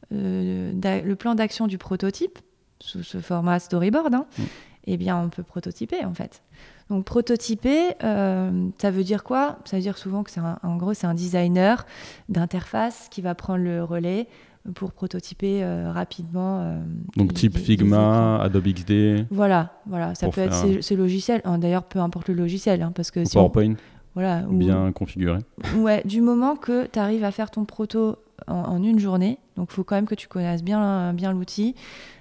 euh, d'a- le plan d'action du prototype, sous ce format storyboard, hein, Mm. eh bien, on peut prototyper, en fait. Donc, prototyper, euh, ça veut dire quoi ? Ça veut dire souvent que c'est un, en gros, c'est un designer d'interface qui va prendre le relais pour prototyper euh, rapidement. euh, Donc des- type des- des Figma, écrans. Adobe X D, Voilà, voilà, ça Pour peut être faire- ces, ces logiciels. Hein, d'ailleurs, peu importe le logiciel, hein, parce que ou si on, PowerPoint, voilà, ou- bien configuré. Ouais, du moment que tu arrives à faire ton proto en, en une journée, donc il faut quand même que tu connaisses bien, bien l'outil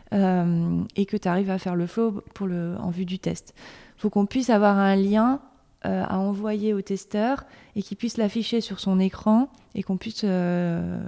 euh, et que tu arrives à faire le flow pour le, en vue du test. Il faut qu'on puisse avoir un lien euh, à envoyer au testeur et qu'il puisse l'afficher sur son écran et qu'on puisse euh,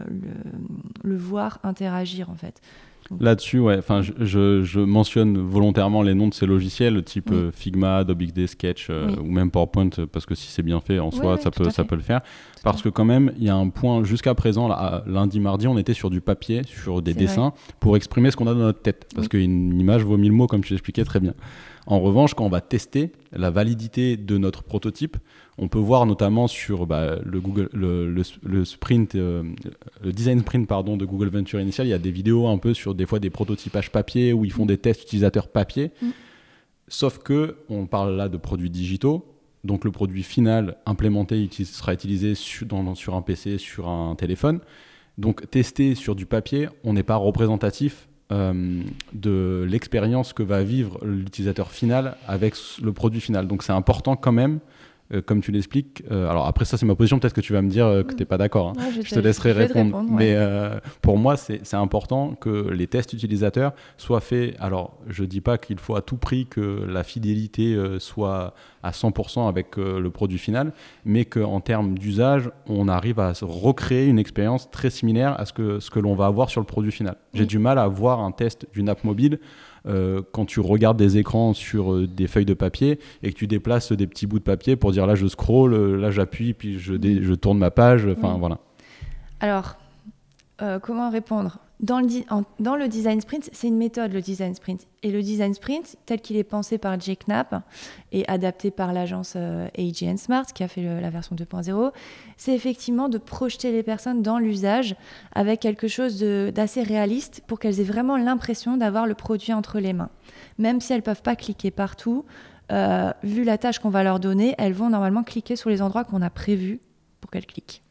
le, le voir interagir en fait. Là-dessus, ouais, enfin, je, je, je mentionne volontairement les noms de ces logiciels, type Oui. euh, Figma, Adobe X D, Sketch, euh, Oui. ou même PowerPoint, euh, parce que si c'est bien fait en Oui, soi, oui, ça, tout peut, à ça fait. peut le faire. Tout à Parce fait. que quand même, il y a un point, jusqu'à présent, là, à- lundi, mardi, on était sur du papier, sur des C'est dessins, pour exprimer ce qu'on a dans notre tête. Parce Oui. qu'une image vaut mille mots, comme tu l'expliquais très bien. En revanche, quand on va tester la validité de notre prototype, on peut voir notamment sur bah, le, Google, le, le, le sprint, euh, le design sprint pardon, de Google Venture Initial, il y a des vidéos un peu sur des fois des prototypages papier où ils font Mm. des tests utilisateurs papier. Mm. Sauf que on parle là de produits digitaux, donc le produit final implémenté utilise, sera utilisé sur, dans, sur un P C, sur un téléphone. Donc testé sur du papier, on n'est pas représentatif euh, de l'expérience que va vivre l'utilisateur final avec le produit final. Donc c'est important quand même, euh, comme tu l'expliques. Euh, alors après ça c'est ma position, peut-être que tu vas me dire euh, que tu n'es pas d'accord. Hein. Ouais, Je te laisserai je vais te répondre. répondre, ouais. Mais euh, pour moi c'est, c'est important que les tests utilisateurs soient faits. Alors je dis pas qu'il faut à tout prix que la fidélité euh, soit à cent pour cent avec euh, le produit final, mais qu'en termes d'usage, on arrive à se recréer une expérience très similaire à ce que, ce que l'on va avoir sur le produit final. J'ai Oui. du mal à voir un test d'une app mobile euh, quand tu regardes des écrans sur euh, des feuilles de papier et que tu déplaces des petits bouts de papier pour dire là je scroll, euh, là j'appuie, puis je, dé- je tourne ma page, enfin Oui. voilà. Alors, euh, comment répondre ? Dans le, di- en- dans le design sprint, c'est une méthode, le design sprint. Et le design sprint, tel qu'il est pensé par Jay Knapp et adapté par l'agence euh, A G N Smart, qui a fait le- la version deux point zéro, c'est effectivement de projeter les personnes dans l'usage avec quelque chose de- d'assez réaliste pour qu'elles aient vraiment l'impression d'avoir le produit entre les mains. Même si elles ne peuvent pas cliquer partout, euh, vu la tâche qu'on va leur donner, elles vont normalement cliquer sur les endroits qu'on a prévus pour qu'elles cliquent.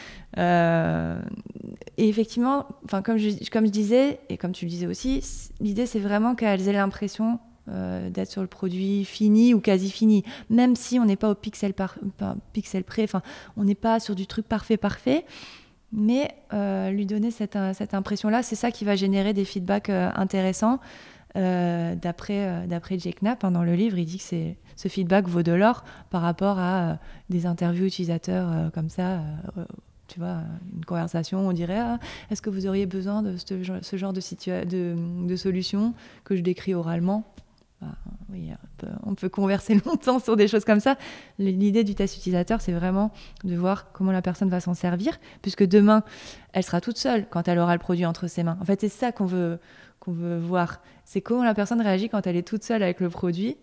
Euh, et effectivement, enfin comme je, comme je disais et comme tu le disais aussi, c- l'idée c'est vraiment qu'elles aient l'impression euh, d'être sur le produit fini ou quasi fini, même si on n'est pas au pixel par, par- pixel près, enfin on n'est pas sur du truc parfait parfait, mais euh, lui donner cette, cette impression-là, c'est ça qui va générer des feedbacks euh, intéressants. Euh, d'après, euh, d'après Jay Knapp, hein, dans le livre, il dit que c'est, ce feedback vaut de l'or par rapport à euh, des interviews utilisateurs euh, comme ça. Euh, tu vois, une conversation, on dirait ah, est-ce que vous auriez besoin de ce, ce genre de, situa- de, de solution que je décris oralement? Bah, oui, on peut, on peut converser longtemps sur des choses comme ça. L'idée du test utilisateur, c'est vraiment de voir comment la personne va s'en servir, puisque demain, elle sera toute seule quand elle aura le produit entre ses mains. En fait, c'est ça qu'on veut, qu'on veut voir. C'est comment la personne réagit quand elle est toute seule avec le produit,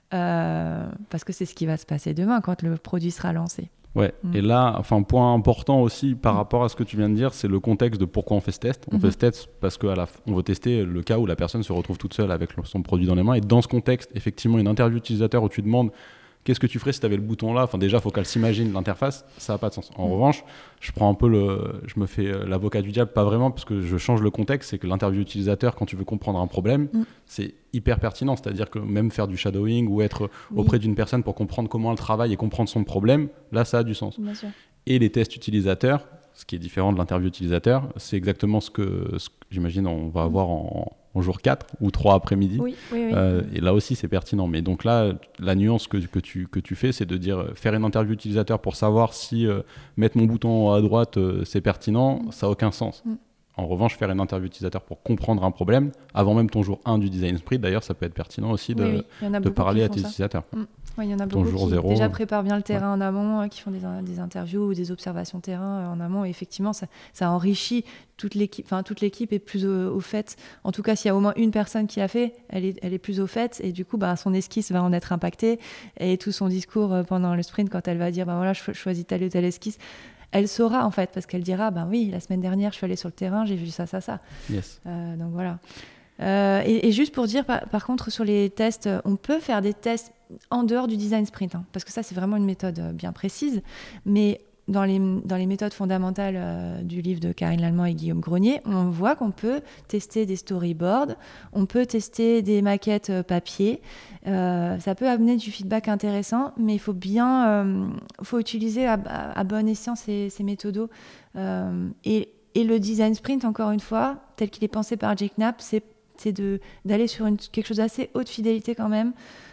euh, parce que c'est ce qui va se passer demain quand le produit sera lancé. Ouais, mmh. Et là, enfin, point important aussi par mmh. rapport à ce que tu viens de dire, c'est le contexte de pourquoi on fait ce test. On mmh. fait ce test parce qu'on veut tester le cas où la personne se retrouve toute seule avec son produit dans les mains. Et dans ce contexte, effectivement, une interview utilisateur où tu demandes qu'est-ce que tu ferais si tu avais le bouton là. Enfin, déjà, il faut qu'elle s'imagine l'interface, ça n'a pas de sens. En mmh. revanche, je prends un peu le, je me fais l'avocat du diable, pas vraiment, parce que je change le contexte. C'est que l'interview utilisateur, quand tu veux comprendre un problème, mmh. c'est hyper pertinent. C'est-à-dire que même faire du shadowing ou être oui. auprès d'une personne pour comprendre comment elle travaille et comprendre son problème, là, ça a du sens. Bien sûr. Et les tests utilisateurs, ce qui est différent de l'interview utilisateur, c'est exactement ce que, ce que j'imagine on va avoir mmh. en, en jour quatre ou trois après-midi. Oui, oui, oui. Euh, et là aussi, c'est pertinent. Mais donc là, la nuance que, que, tu, que tu fais, c'est de dire faire une interview utilisateur pour savoir si euh, mettre mon bouton à droite, euh, c'est pertinent, mmh. ça n'a aucun sens. Mmh. En revanche, faire une interview utilisateur pour comprendre un problème, avant même ton jour un du design sprint, d'ailleurs, ça peut être pertinent aussi de, oui, oui. de parler à tes utilisateurs. Mmh. Oui, il y en a ton beaucoup jour qui zéro, déjà préparent bien le terrain ouais. en amont, euh, qui font des, des interviews ou des observations terrain euh, en amont. Et effectivement, ça, ça enrichit toute l'équipe. Enfin, toute l'équipe est plus au, au fait. En tout cas, s'il y a au moins une personne qui l'a fait, elle est, elle est plus au fait. Et du coup, bah, son esquisse va en être impactée. Et tout son discours euh, pendant le sprint, quand elle va dire, bah, voilà, je choisis telle ou telle esquisse, elle saura en fait, parce qu'elle dira, ben oui, la semaine dernière, je suis allée sur le terrain, j'ai vu ça, ça, ça. Yes. Euh, donc voilà. Euh, et, et juste pour dire, par, par contre, sur les tests, on peut faire des tests en dehors du design sprint, hein, parce que ça, c'est vraiment une méthode bien précise. Mais dans les, dans les méthodes fondamentales euh, du livre de Karine Lallemand et Guillaume Grenier, on voit qu'on peut tester des storyboards, on peut tester des maquettes euh, papier. Euh, ça peut amener du feedback intéressant, mais il faut bien, euh, faut utiliser à, à, à bon escient ces, ces méthodos. Euh, et, et le design sprint, encore une fois, tel qu'il est pensé par Jake Knapp, c'est, c'est de, d'aller sur une, quelque chose d'assez haute fidélité quand même.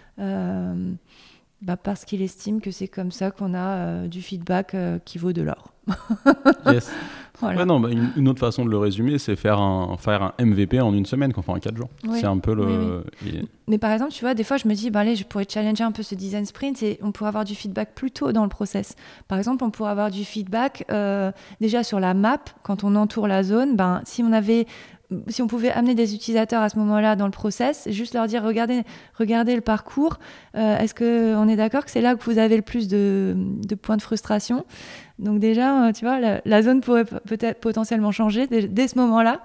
Euh, Bah parce qu'il estime que c'est comme ça qu'on a euh, du feedback euh, qui vaut de l'or. Yes. Voilà. Ouais, non, bah, une, une autre façon de le résumer, c'est faire un, faire un M V P en une semaine, enfin en quatre jours. Oui. C'est un peu le... Oui, oui. Et... Mais par exemple, tu vois, des fois, je me dis, bah, allez, je pourrais challenger un peu ce design sprint et on pourrait avoir du feedback plus tôt dans le process. Par exemple, on pourrait avoir du feedback euh, déjà sur la map, quand on entoure la zone. Ben, si on avait... Si on pouvait amener des utilisateurs à ce moment-là dans le process, juste leur dire regardez, regardez le parcours, euh, est-ce qu'on est d'accord que c'est là que vous avez le plus de, de points de frustration? Donc déjà, tu vois, la, la zone pourrait peut-être potentiellement changer dès, dès ce moment-là.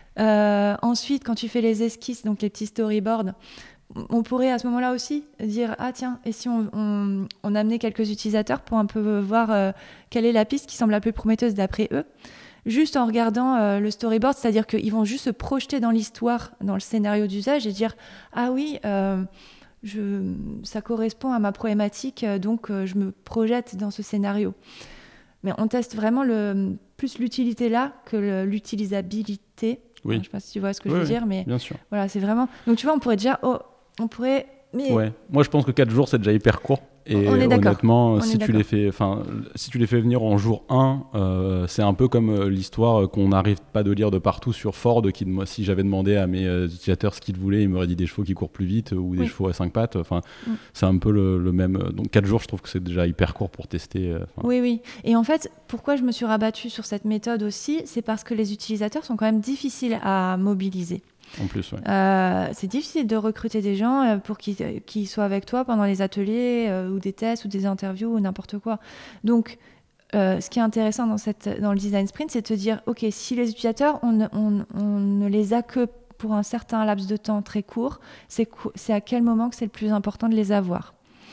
Euh, ensuite, quand tu fais les esquisses, donc les petits storyboards, on pourrait à ce moment-là aussi dire ah tiens, et si on, on, on amenait quelques utilisateurs pour un peu voir euh, quelle est la piste qui semble la plus prometteuse d'après eux. Juste en regardant euh, le storyboard, c'est-à-dire qu'ils vont juste se projeter dans l'histoire, dans le scénario d'usage et dire « Ah oui, euh, je, ça correspond à ma problématique, donc euh, je me projette dans ce scénario. » Mais on teste vraiment le, plus l'utilité là que le, l'utilisabilité. Oui. Enfin, je ne sais pas si tu vois ce que oui, je veux oui, dire, mais bien sûr. Voilà, c'est vraiment... Donc tu vois, on pourrait déjà... Oh, on pourrait... Mais... Ouais. Moi, je pense que quatre jours, c'est déjà hyper court. Et on est honnêtement, on si est tu les fais, enfin, si tu les fais venir en jour un, euh, c'est un peu comme euh, l'histoire qu'on n'arrive pas de lire de partout sur Ford. Qui, moi, si j'avais demandé à mes euh, utilisateurs ce qu'ils voulaient, ils m'auraient dit des chevaux qui courent plus vite ou des oui. chevaux à cinq pattes. Enfin, mm. c'est un peu le, le même. Donc quatre jours, je trouve que c'est déjà hyper court pour tester. Euh, oui, oui. Et en fait, pourquoi je me suis rabattue sur cette méthode aussi, c'est parce que les utilisateurs sont quand même difficiles à mobiliser. En plus, ouais. Euh, c'est difficile de recruter des gens euh, pour qu'ils, qu'ils soient avec toi pendant les ateliers euh, ou des tests ou des interviews ou n'importe quoi. Donc, euh, ce qui est intéressant dans, cette, dans le design sprint, c'est de te dire, ok, si les utilisateurs, on, on, on ne les a que pour un certain laps de temps très court, c'est, co- c'est à quel moment que c'est le plus important de les avoir?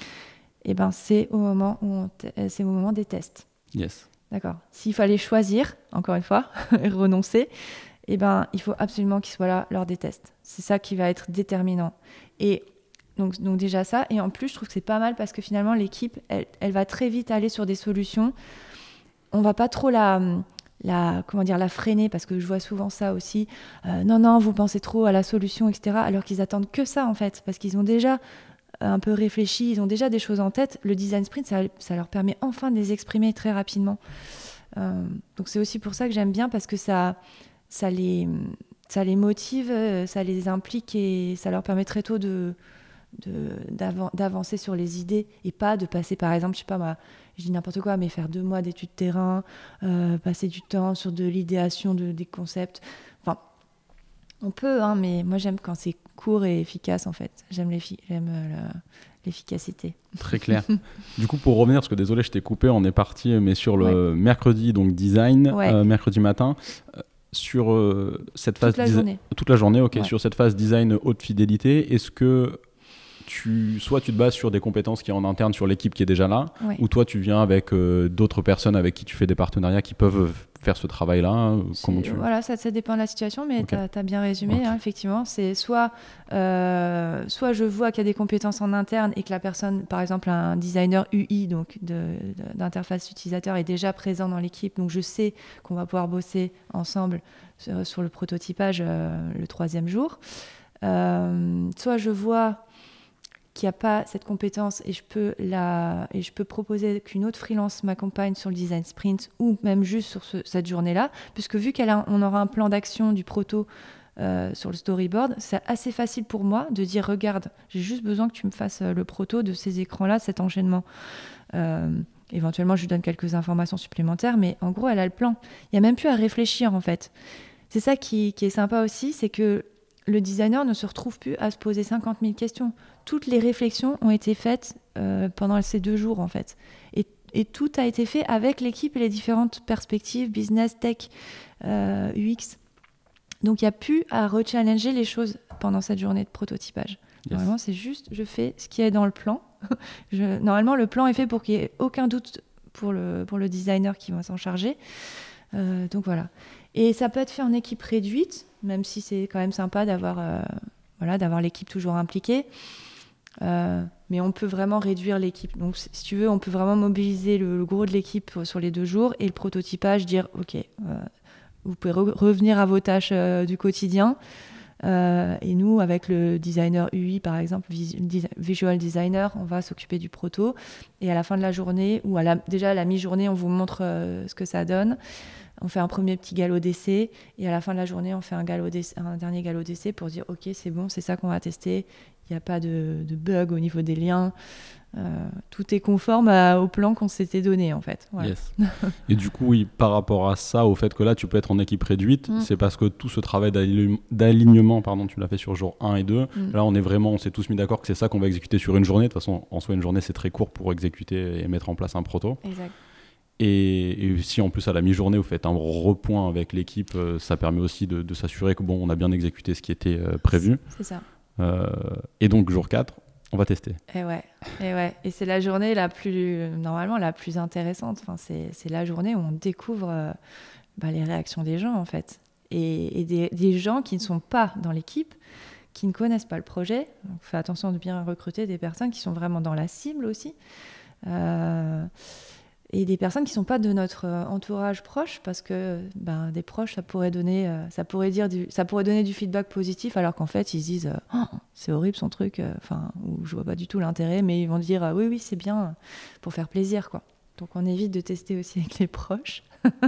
Eh ben, c'est au moment où on te- c'est au moment des tests. Yes. D'accord. S'il fallait choisir, encore une fois, et renoncer, eh ben, il faut absolument qu'ils soient là lors des tests. C'est ça qui va être déterminant. Et donc, donc déjà ça. Et en plus, je trouve que c'est pas mal parce que finalement, l'équipe, elle, elle va très vite aller sur des solutions. On va pas trop la, la, comment dire, la freiner parce que je vois souvent ça aussi. Euh, non, non, vous pensez trop à la solution, et cetera. Alors qu'ils attendent que ça, en fait, parce qu'ils ont déjà un peu réfléchis, ils ont déjà des choses en tête. Le design sprint, ça, ça leur permet enfin de les exprimer très rapidement. Euh, donc c'est aussi pour ça que j'aime bien, parce que ça, ça, les, ça les motive, ça les implique et ça leur permet très tôt de, de, d'avan- d'avancer sur les idées et pas de passer, par exemple, je sais pas, moi, je dis n'importe quoi, mais faire deux mois d'études terrain, euh, passer du temps sur de l'idéation de, des concepts. Enfin, on peut, hein, mais moi j'aime quand c'est court et efficace en fait. J'aime, l'effi- j'aime euh, la- l'efficacité. Très clair. Du coup, pour revenir, parce que désolé, je t'ai coupé, on est parti, mais sur le Ouais. mercredi, donc design, Ouais. euh, mercredi matin, euh, sur euh, cette phase Toute la desi- journée. toute la journée, ok, Ouais. sur cette phase design haute fidélité, est-ce que tu, soit tu te bases sur des compétences qui sont en interne sur l'équipe qui est déjà là, Ouais. ou toi tu viens avec euh, d'autres personnes avec qui tu fais des partenariats qui peuvent faire ce travail-là, hein, comment C'est- tu... Voilà, ça, ça dépend de la situation, mais Ok. tu as bien résumé, Ok. hein, effectivement. C'est soit, euh, soit je vois qu'il y a des compétences en interne et que la personne, par exemple un designer U I, donc de, de- d'interface utilisateur, est déjà présent dans l'équipe, donc je sais qu'on va pouvoir bosser ensemble sur, sur le prototypage euh, le troisième jour. Euh, soit je vois qu'il n'y a pas cette compétence et je peux la et je peux proposer qu'une autre freelance m'accompagne sur le design sprint ou même juste sur ce- cette journée-là, puisque vu qu'elle a, on aura un plan d'action du proto euh, sur le storyboard, c'est assez facile pour moi de dire regarde, j'ai juste besoin que tu me fasses euh, le proto de ces écrans-là, cet enchaînement. Euh, éventuellement, je lui donne quelques informations supplémentaires, mais en gros, elle a le plan. Il n'y a même plus à réfléchir en fait. C'est ça qui, qui est sympa aussi, c'est que le designer ne se retrouve plus à se poser cinquante mille questions. Toutes les réflexions ont été faites euh, pendant ces deux jours, en fait. Et, et tout a été fait avec l'équipe et les différentes perspectives, business, tech, euh, U X. Donc, il n'y a plus à rechallenger les choses pendant cette journée de prototypage. Yes. Normalement, c'est juste, je fais ce qui est dans le plan. je, normalement, le plan est fait pour qu'il n'y ait aucun doute pour le, pour le designer qui va s'en charger. Euh, donc voilà. Et ça peut être fait en équipe réduite, même si c'est quand même sympa d'avoir, euh, voilà, d'avoir l'équipe toujours impliquée. Euh, mais on peut vraiment réduire l'équipe. Donc si tu veux, on peut vraiment mobiliser le, le gros de l'équipe sur les deux jours et le prototypage, dire ok, euh, vous pouvez re- revenir à vos tâches euh, du quotidien. Euh, et nous, avec le designer U I, par exemple, vis- visual designer, on va s'occuper du proto. Et à la fin de la journée, ou à la, déjà à la mi-journée, on vous montre euh, ce que ça donne. On fait un premier petit galop d'essai. Et à la fin de la journée, on fait un, galop d'essai, un dernier galop d'essai pour dire ok, c'est bon, c'est ça qu'on va tester. Il n'y a pas de, de bug au niveau des liens. Euh, tout est conforme à, au plan qu'on s'était donné, en fait. Voilà. Yes. Et du coup, oui, par rapport à ça, au fait que là, tu peux être en équipe réduite, mm. c'est parce que tout ce travail d'align- d'alignement, pardon, tu l'as fait sur jour un et deux. Mm. Là, on est vraiment, on s'est tous mis d'accord que c'est ça qu'on va exécuter sur une journée. De toute façon, en soi, une journée, c'est très court pour exécuter et mettre en place un proto. Exact. Et, et si en plus à la mi-journée vous faites un repoint avec l'équipe, euh, ça permet aussi de, de s'assurer que bon, on a bien exécuté ce qui était euh, prévu. C'est ça. Euh, et donc jour quatre, on va tester. Et ouais, et ouais, et c'est la journée la plus normalement la plus intéressante. Enfin, c'est, c'est la journée où on découvre euh, bah, les réactions des gens en fait, et, et des, des gens qui ne sont pas dans l'équipe, qui ne connaissent pas le projet. Donc, fais attention de bien recruter des personnes qui sont vraiment dans la cible aussi. Euh, Et des personnes qui ne sont pas de notre entourage proche, parce que ben, des proches, ça pourrait, donner, ça, pourrait dire du, ça pourrait donner du feedback positif, alors qu'en fait, ils se disent oh, c'est horrible son truc, enfin, ou je ne vois pas du tout l'intérêt, mais ils vont dire oui, oui, c'est bien, pour faire plaisir, quoi. Donc on évite de tester aussi avec les proches.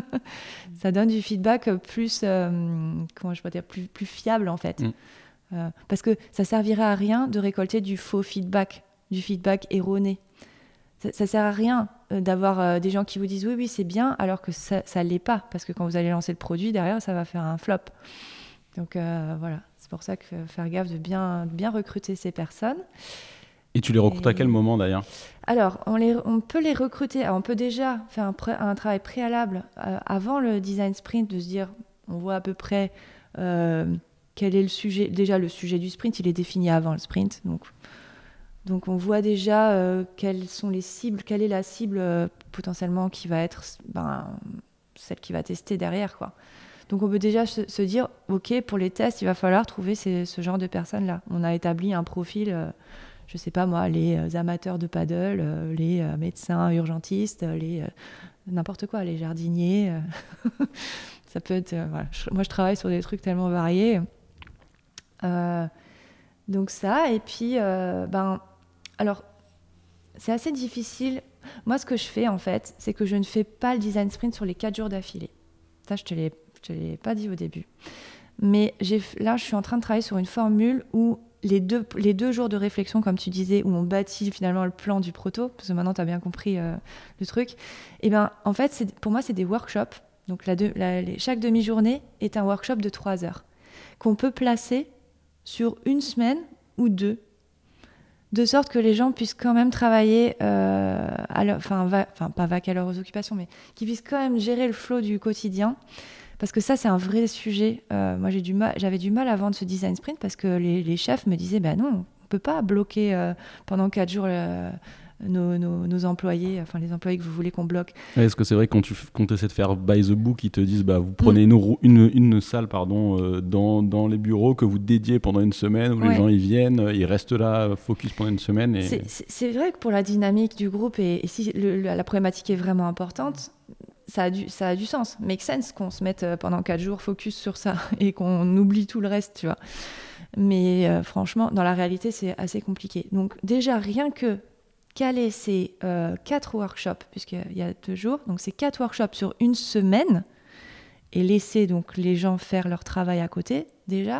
Ça donne du feedback plus, euh, comment je peux dire, plus, plus fiable, en fait. Mm. Euh, parce que ça ne servirait à rien de récolter du faux feedback, du feedback erroné. Ça, ça sert à rien d'avoir euh, des gens qui vous disent oui, oui, c'est bien, alors que ça ne l'est pas, parce que quand vous allez lancer le produit, derrière, ça va faire un flop. Donc euh, voilà, c'est pour ça que faire gaffe de bien, de bien recruter ces personnes. Et tu les recrutes Et... à quel moment d'ailleurs ? Alors, on, les, on peut les recruter, alors, on peut déjà faire un, pré, un travail préalable euh, avant le design sprint, de se dire, on voit à peu près euh, quel est le sujet. Déjà, le sujet du sprint, il est défini avant le sprint, donc... Donc on voit déjà euh, quelles sont les cibles, quelle est la cible euh, potentiellement qui va être ben, celle qui va tester derrière, quoi. Donc on peut déjà se, se dire, ok, pour les tests, il va falloir trouver ces, ce genre de personnes-là. On a établi un profil, euh, je sais pas moi, les euh, amateurs de paddle, euh, les euh, médecins urgentistes, les euh, n'importe quoi, les jardiniers. Euh, ça peut être, euh, voilà. Je, moi je travaille sur des trucs tellement variés. Euh, donc ça, et puis, euh, ben Alors, c'est assez difficile. Moi, ce que je fais, en fait, c'est que je ne fais pas le design sprint sur les quatre jours d'affilée. Ça, je ne te l'ai, je te l'ai pas dit au début. Mais j'ai, là, je suis en train de travailler sur une formule où les deux, les deux jours de réflexion, comme tu disais, où on bâtit finalement le plan du proto, parce que maintenant, tu as bien compris euh, le truc, et ben, en fait, c'est, pour moi, c'est des workshops. Donc, la de, la, les, chaque demi-journée est un workshop de trois heures qu'on peut placer sur une semaine ou deux, de sorte que les gens puissent quand même travailler, euh, à leur, enfin, va, enfin, pas vaquer à leurs occupations, mais qu'ils puissent quand même gérer le flow du quotidien. Parce que ça, c'est un vrai sujet. Euh, moi, j'ai du mal, j'avais du mal à vendre ce design sprint parce que les, les chefs me disaient, ben non, on ne peut pas bloquer euh, pendant quatre jours euh, nos, nos, nos employés, enfin les employés que vous voulez qu'on bloque. Ouais, est-ce que c'est vrai que quand tu quand tu essaies de faire by the book, ils te disent, bah, vous prenez mm. une, une, une salle pardon, euh, dans, dans les bureaux que vous dédiez pendant une semaine, où ouais. les gens ils viennent, ils restent là, focus pendant une semaine. Et... C'est, c'est, c'est vrai que pour la dynamique du groupe, et, et si le, la problématique est vraiment importante, Ça a, du, ça a du sens. Make sense qu'on se mette pendant quatre jours focus sur ça et qu'on oublie tout le reste, tu vois. Mais euh, franchement, dans la réalité, c'est assez compliqué. Donc déjà, rien que caler ces euh, quatre workshops, puisqu'il y a deux jours, donc ces quatre workshops sur une semaine, et laisser donc les gens faire leur travail à côté, déjà,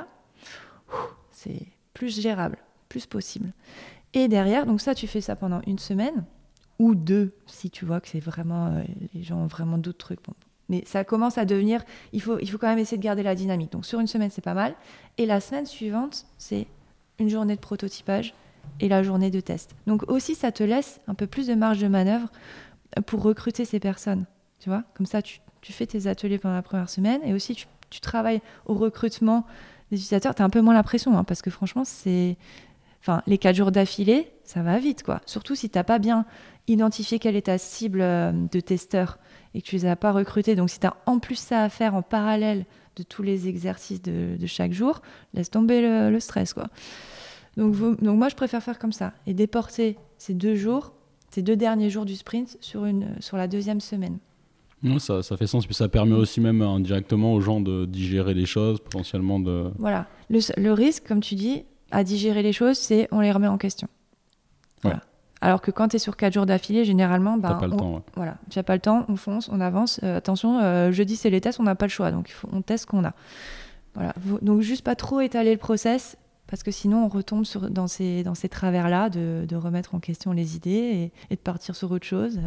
c'est plus gérable, plus possible. Et derrière, donc ça, tu fais ça pendant une semaine, ou deux, si tu vois que c'est vraiment, euh, les gens ont vraiment d'autres trucs. Bon. Mais ça commence à devenir, il faut, il faut quand même essayer de garder la dynamique. Donc sur une semaine, c'est pas mal. Et la semaine suivante, c'est une journée de prototypage et la journée de test. Donc aussi, ça te laisse un peu plus de marge de manœuvre pour recruter ces personnes. Tu vois, comme ça, tu, tu fais tes ateliers pendant la première semaine et aussi tu, tu travailles au recrutement des utilisateurs. Tu as un peu moins la pression, hein, parce que franchement, c'est... Enfin, les quatre jours d'affilée, ça va vite, quoi. Surtout si tu n'as pas bien identifié quelle est ta cible de testeurs et que tu ne les as pas recrutés. Donc, si tu as en plus ça à faire en parallèle de tous les exercices de, de chaque jour, laisse tomber le, le stress, quoi. Donc, vous, donc, moi, je préfère faire comme ça et déporter ces deux jours, ces deux derniers jours du sprint sur, une, sur la deuxième semaine. Non, ça, ça fait sens. Puis ça permet aussi même indirectement aux gens de digérer les choses, potentiellement de... Voilà. Le, le risque, comme tu dis, à digérer les choses, c'est on les remet en question. Voilà. Ouais. Alors que quand tu es sur quatre jours d'affilée, généralement, bah, t'as pas le on, temps, ouais. voilà, tu n'as pas le temps, on fonce, on avance. Euh, attention, euh, jeudi, c'est les tests, on n'a pas le choix, donc il faut, on teste ce qu'on a. Voilà. Donc juste pas trop étaler le process, parce que sinon on retombe sur, dans, ces, dans ces travers-là de, de remettre en question les idées et, et de partir sur autre chose.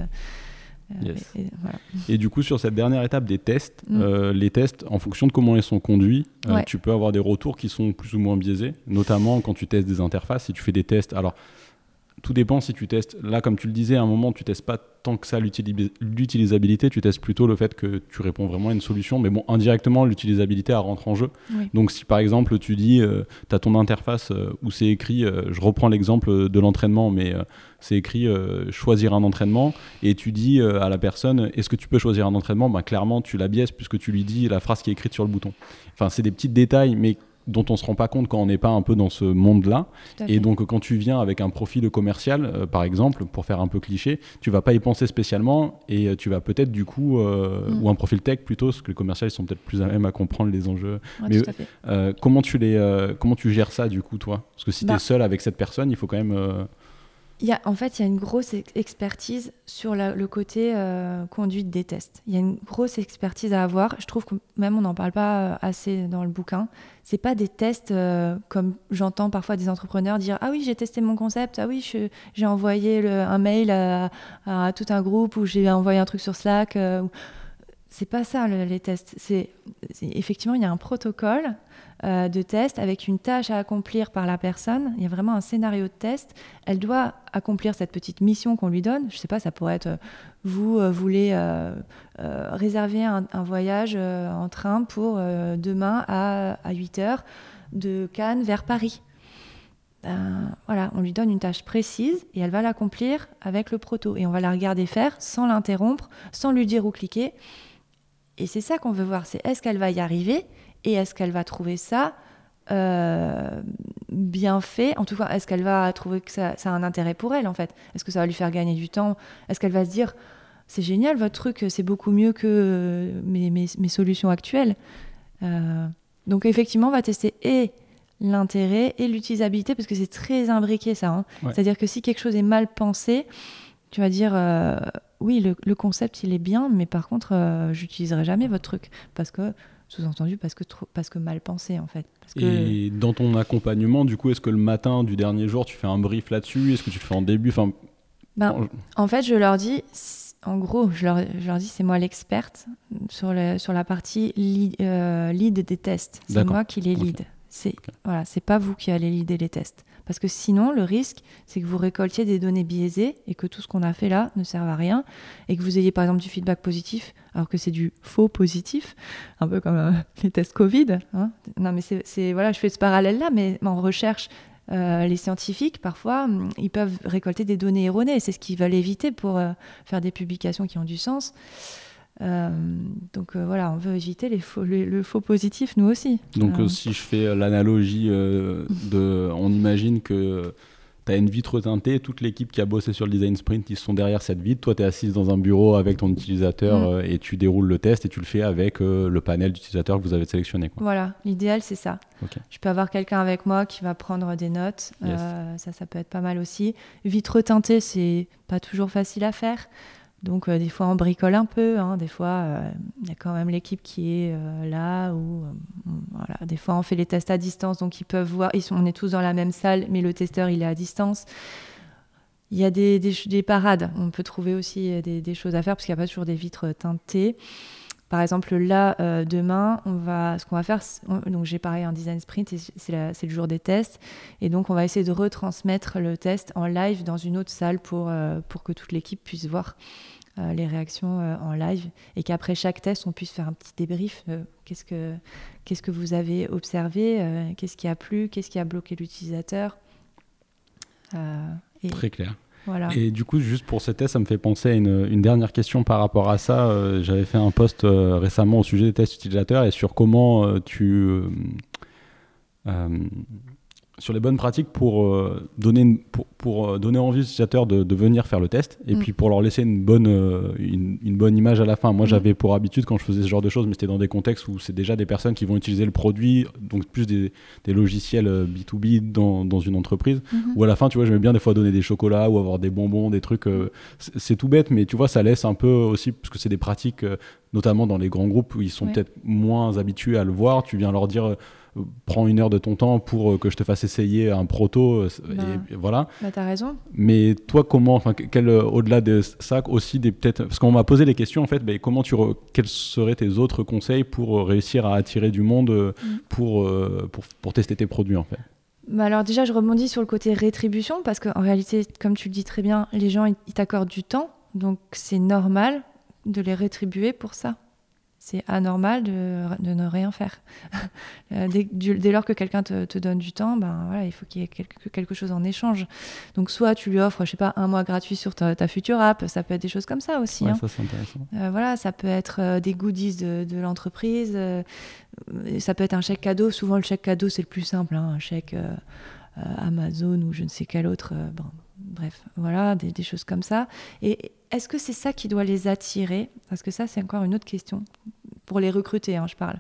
Yes. Et, et, voilà. Et du coup, sur cette dernière étape des tests, mm. euh, les tests, en fonction de comment ils sont conduits, euh, ouais. tu peux avoir des retours qui sont plus ou moins biaisés, notamment quand tu testes des interfaces, si tu fais des tests. Alors, tout dépend si tu testes. Là, comme tu le disais, à un moment, tu testes pas tant que ça l'utilis- l'utilisabilité, tu testes plutôt le fait que tu réponds vraiment à une solution. Mais bon, indirectement, l'utilisabilité, elle rentre en jeu. Oui. Donc, si par exemple, tu dis, euh, tu as ton interface euh, où c'est écrit, euh, je reprends l'exemple de l'entraînement, mais euh, c'est écrit euh, choisir un entraînement, et tu dis euh, à la personne, est-ce que tu peux choisir un entraînement ? Ben, clairement, tu la biaises puisque tu lui dis la phrase qui est écrite sur le bouton. Enfin, c'est des petits détails, mais dont on ne se rend pas compte quand on n'est pas un peu dans ce monde-là. Et donc, quand tu viens avec un profil commercial, euh, par exemple, pour faire un peu cliché, tu ne vas pas y penser spécialement et euh, tu vas peut-être, du coup, euh, mm. ou un profil tech plutôt, parce que les commerciaux, ils sont peut-être plus à même à comprendre les enjeux. Ouais, Mais tout à fait. Euh, comment, tu les, euh, comment tu gères ça, du coup, toi ? Parce que si bah, tu es seul avec cette personne, il faut quand même... Euh... Il y a, en fait, il y a une grosse expertise sur la, le côté euh, conduite des tests. Il y a une grosse expertise à avoir. Je trouve que même on n'en parle pas assez dans le bouquin. C'est pas des tests euh, comme j'entends parfois des entrepreneurs dire « Ah oui, j'ai testé mon concept. Ah oui, je, j'ai envoyé le, un mail à, à tout un groupe ou j'ai envoyé un truc sur Slack. Euh, » C'est pas ça, le, les tests. C'est, c'est, effectivement, il y a un protocole euh, de test avec une tâche à accomplir par la personne. Il y a vraiment un scénario de test. Elle doit accomplir cette petite mission qu'on lui donne. Je sais pas, ça pourrait être, euh, vous euh, voulez euh, euh, réserver un, un voyage euh, en train pour euh, demain à, à huit heures de Cannes vers Paris. Euh, voilà, on lui donne une tâche précise et elle va l'accomplir avec le proto. Et on va la regarder faire sans l'interrompre, sans lui dire où cliquer. Et c'est ça qu'on veut voir, c'est est-ce qu'elle va y arriver et est-ce qu'elle va trouver ça euh, bien fait ? En tout cas, est-ce qu'elle va trouver que ça, ça a un intérêt pour elle, en fait ? Est-ce que ça va lui faire gagner du temps ? Est-ce qu'elle va se dire « C'est génial, votre truc, c'est beaucoup mieux que mes, mes, mes solutions actuelles. Euh, » Donc effectivement, on va tester et l'intérêt et l'utilisabilité, parce que c'est très imbriqué ça. Hein. Ouais. C'est-à-dire que si quelque chose est mal pensé, tu vas dire euh, oui, le, le concept il est bien, mais par contre, euh, j'utiliserai jamais votre truc parce que sous-entendu parce que trop, parce que mal pensé en fait. Parce que... Et dans ton accompagnement, du coup, est-ce que le matin du dernier jour, tu fais un brief là-dessus? Est-ce que tu le fais en début? Enfin, ben, quand... en fait, je leur dis, en gros, je leur, je leur dis, c'est moi l'experte sur, le, sur la partie lead, euh, lead des tests. C'est D'accord. moi qui les lead. Okay. C'est okay. voilà, c'est pas vous qui allez leader les tests. Parce que sinon, le risque, c'est que vous récoltiez des données biaisées et que tout ce qu'on a fait là ne serve à rien et que vous ayez par exemple du feedback positif alors que c'est du faux positif, un peu comme euh, les tests Covid. Hein. Non, mais c'est, c'est, voilà, je fais ce parallèle-là, mais en recherche, euh, les scientifiques, parfois, ils peuvent récolter des données erronées et c'est ce qu'ils veulent éviter pour euh, faire des publications qui ont du sens. Euh, donc euh, voilà, on veut éviter les faux, le, le faux positif, nous aussi. Donc euh... euh, si je fais l'analogie euh, de, on imagine que tu as une vitre teintée, toute l'équipe qui a bossé sur le design sprint, ils sont derrière cette vitre, toi tu es assise dans un bureau avec ton utilisateur mmh. euh, et tu déroules le test et tu le fais avec euh, le panel d'utilisateurs que vous avez sélectionné, quoi. Voilà, l'idéal c'est ça. Okay. Je peux avoir quelqu'un avec moi qui va prendre des notes, yes. euh, ça, ça peut être pas mal aussi. Vitre teintée, c'est pas toujours facile à faire. Donc, euh, des fois, on bricole un peu. Hein. Des fois, il euh, y a quand même l'équipe qui est euh, là. Ou, euh, voilà. Des fois, on fait les tests à distance. Donc, ils peuvent voir. Ils sont, on est tous dans la même salle, mais le testeur, il est à distance. Il y a des, des, des parades. On peut trouver aussi des, des choses à faire parce qu'il n'y a pas toujours des vitres teintées. Par exemple, là, euh, demain, on va, ce qu'on va faire, on, donc j'ai pareil un design sprint, et c'est, la, c'est le jour des tests. Et donc, on va essayer de retransmettre le test en live dans une autre salle pour, euh, pour que toute l'équipe puisse voir euh, les réactions euh, en live. Et qu'après chaque test, on puisse faire un petit débrief. Euh, qu'est-ce que, qu'est-ce que vous avez observé euh, Qu'est-ce qui a plu Qu'est-ce qui a bloqué l'utilisateur euh, et... Très clair. Voilà. Et du coup, juste pour ces tests, ça me fait penser à une, une dernière question par rapport à ça. Euh, j'avais fait un post euh, récemment au sujet des tests utilisateurs et sur comment euh, tu... Euh, euh, sur les bonnes pratiques pour, euh, donner, une, pour, pour donner envie aux utilisateurs de, de venir faire le test et mmh. puis pour leur laisser une bonne, euh, une, une bonne image à la fin. Moi, mmh. j'avais pour habitude, quand je faisais ce genre de choses, mais c'était dans des contextes où c'est déjà des personnes qui vont utiliser le produit, donc plus des, des logiciels B deux B dans, dans une entreprise, mmh. où à la fin, tu vois, j'aimais bien des fois donner des chocolats ou avoir des bonbons, des trucs. Euh, c'est, c'est tout bête, mais tu vois, ça laisse un peu aussi, parce que c'est des pratiques, euh, notamment dans les grands groupes où ils sont oui. peut-être moins habitués à le voir. Tu viens leur dire... Euh, prends une heure de ton temps pour que je te fasse essayer un proto bah, et, et voilà. Bah t'as raison. Mais toi comment, enfin quel au-delà de ça aussi des peut-être parce qu'on m'a posé les questions en fait, bah, comment tu re, quels seraient tes autres conseils pour réussir à attirer du monde mm. pour, euh, pour pour tester tes produits en fait. Bah alors déjà je rebondis sur le côté rétribution parce qu'en réalité comme tu le dis très bien, les gens ils t'accordent du temps donc c'est normal de les rétribuer pour ça. C'est anormal de, de ne rien faire. dès, du, dès lors que quelqu'un te, te donne du temps, ben voilà, il faut qu'il y ait quelque, quelque chose en échange. Donc soit tu lui offres, je sais pas, un mois gratuit sur ta, ta future app, ça peut être des choses comme ça aussi. Ouais, hein. ça c'est intéressant. Euh, voilà, ça peut être euh, des goodies de, de l'entreprise, euh, ça peut être un chèque cadeau. Souvent le chèque cadeau c'est le plus simple, hein, un chèque euh, euh, Amazon ou je ne sais quel autre. Euh, bon, bref, voilà, des, des choses comme ça. Et est-ce que c'est ça qui doit les attirer ? Parce que ça, c'est encore une autre question. Pour les recruter, hein, je parle.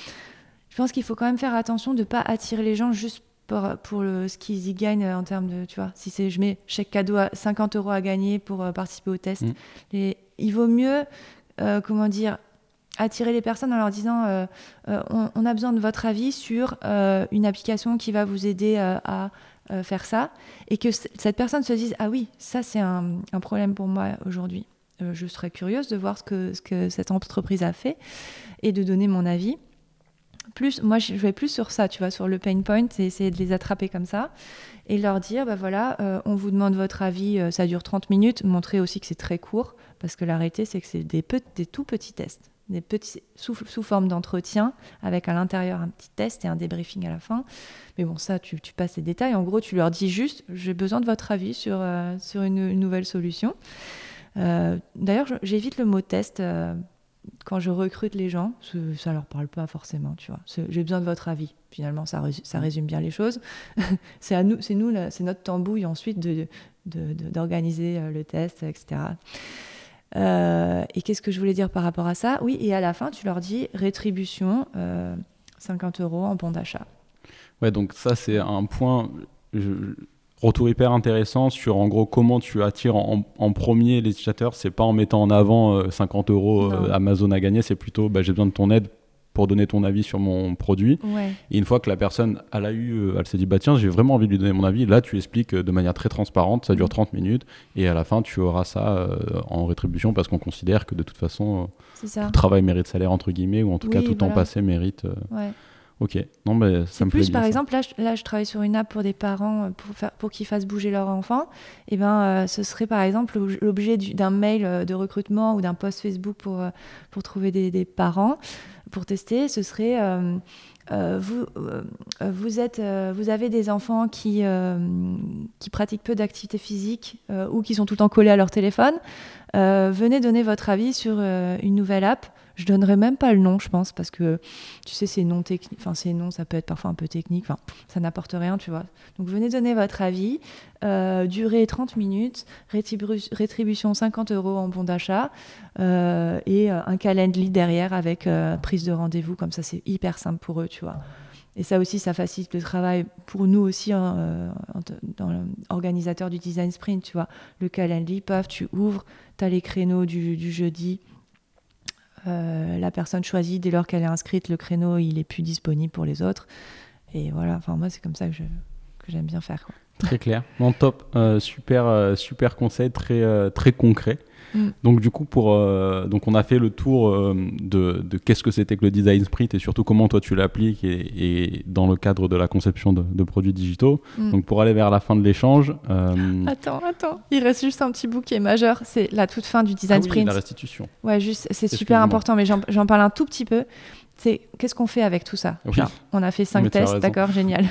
Je pense qu'il faut quand même faire attention de ne pas attirer les gens juste pour, pour le, ce qu'ils y gagnent en termes de... Tu vois, si c'est, je mets chèque cadeau à cinquante euros à gagner pour euh, participer au test, mmh. les, il vaut mieux, euh, comment dire, attirer les personnes en leur disant euh, euh, on, on a besoin de votre avis sur euh, une application qui va vous aider euh, à... Euh, faire ça, et que c- cette personne se dise « Ah oui, ça c'est un, un problème pour moi aujourd'hui. Euh, je serais curieuse de voir ce que, ce que cette entreprise a fait et de donner mon avis. » Plus, moi, je vais plus sur ça, tu vois, sur le pain point, et essayer de les attraper comme ça et leur dire bah voilà, euh, on vous demande votre avis, euh, ça dure trente minutes, montrer aussi que c'est très court, parce que la réalité, c'est que c'est des, pe- des tout petits tests. Des petits, sous, sous forme d'entretien, avec à l'intérieur un petit test et un débriefing à la fin. Mais bon, ça, tu, tu passes les détails. En gros, tu leur dis juste, j'ai besoin de votre avis sur, euh, sur une, une nouvelle solution. Euh, d'ailleurs, je, j'évite le mot test euh, quand je recrute les gens. Ça ne leur parle pas forcément, tu vois. C'est, j'ai besoin de votre avis. Finalement, ça, résume, ça résume bien les choses. c'est, à nous, c'est, nous, là, c'est notre tambouille ensuite de, de, de, d'organiser le test, et cetera. Euh, et qu'est-ce que je voulais dire par rapport à ça ? Oui, et à la fin, tu leur dis rétribution, euh, cinquante euros en bon d'achat. Ouais, donc ça, c'est un point, je, retour hyper intéressant sur en gros comment tu attires en, en premier les utilisateurs. C'est pas en mettant en avant euh, cinquante euros euh, Amazon à gagner, c'est plutôt bah, j'ai besoin de ton aide pour donner ton avis sur mon produit. Ouais. Et une fois que la personne, elle a eu, elle s'est dit, bah tiens, j'ai vraiment envie de lui donner mon avis, là, tu expliques de manière très transparente, ça dure trente minutes, et à la fin, tu auras ça euh, en rétribution parce qu'on considère que de toute façon, euh, tout travail mérite salaire, entre guillemets, ou en tout oui, cas, tout voilà. temps passé mérite... Euh, ouais. Ok, non, mais ça c'est me plus, plaît bien, par ça. exemple, là je, là, je travaille sur une app pour des parents pour, faire, pour qu'ils fassent bouger leur enfant. Et ben, euh, ce serait par exemple l'objet du, d'un mail de recrutement ou d'un post Facebook pour, pour trouver des, des parents, pour tester. Ce serait euh, euh, vous, euh, vous, êtes, euh, vous avez des enfants qui, euh, qui pratiquent peu d'activité physique euh, ou qui sont tout le temps collés à leur téléphone. Euh, venez donner votre avis sur euh, une nouvelle app. Je donnerai même pas le nom, je pense, parce que tu sais, ces noms techniques, enfin ces noms, ça peut être parfois un peu technique, enfin ça n'apporte rien, tu vois. Donc venez donner votre avis, euh, durée trente minutes, rétribu- rétribution cinquante euros en bon d'achat euh, et euh, un calendrier derrière avec euh, prise de rendez-vous, comme ça c'est hyper simple pour eux, tu vois. Et ça aussi, ça facilite le travail pour nous aussi, hein, euh, dans l'organisateur du design sprint, tu vois. Le calendrier, paf, tu ouvres, tu as les créneaux du, du jeudi. Euh, la personne choisit, dès lors qu'elle est inscrite, le créneau il est plus disponible pour les autres. Et voilà, enfin moi c'est comme ça que, je, que j'aime bien faire, quoi. Très clair, non, top, euh, super, euh, super conseil, très, euh, très concret. Mm. Donc du coup, pour, euh, donc on a fait le tour euh, de, de qu'est-ce que c'était que le design sprint et surtout comment toi tu l'appliques et, et dans le cadre de la conception de, de produits digitaux. Mm. Donc pour aller vers la fin de l'échange... Euh... Attends, attends, il reste juste un petit bout qui est majeur, c'est la toute fin du design ah oui, sprint. La restitution. Ouais, juste, c'est super important, mais j'en, j'en parle un tout petit peu. C'est qu'est-ce qu'on fait avec tout ça? Oui. Genre, on a fait cinq tests, d'accord, génial.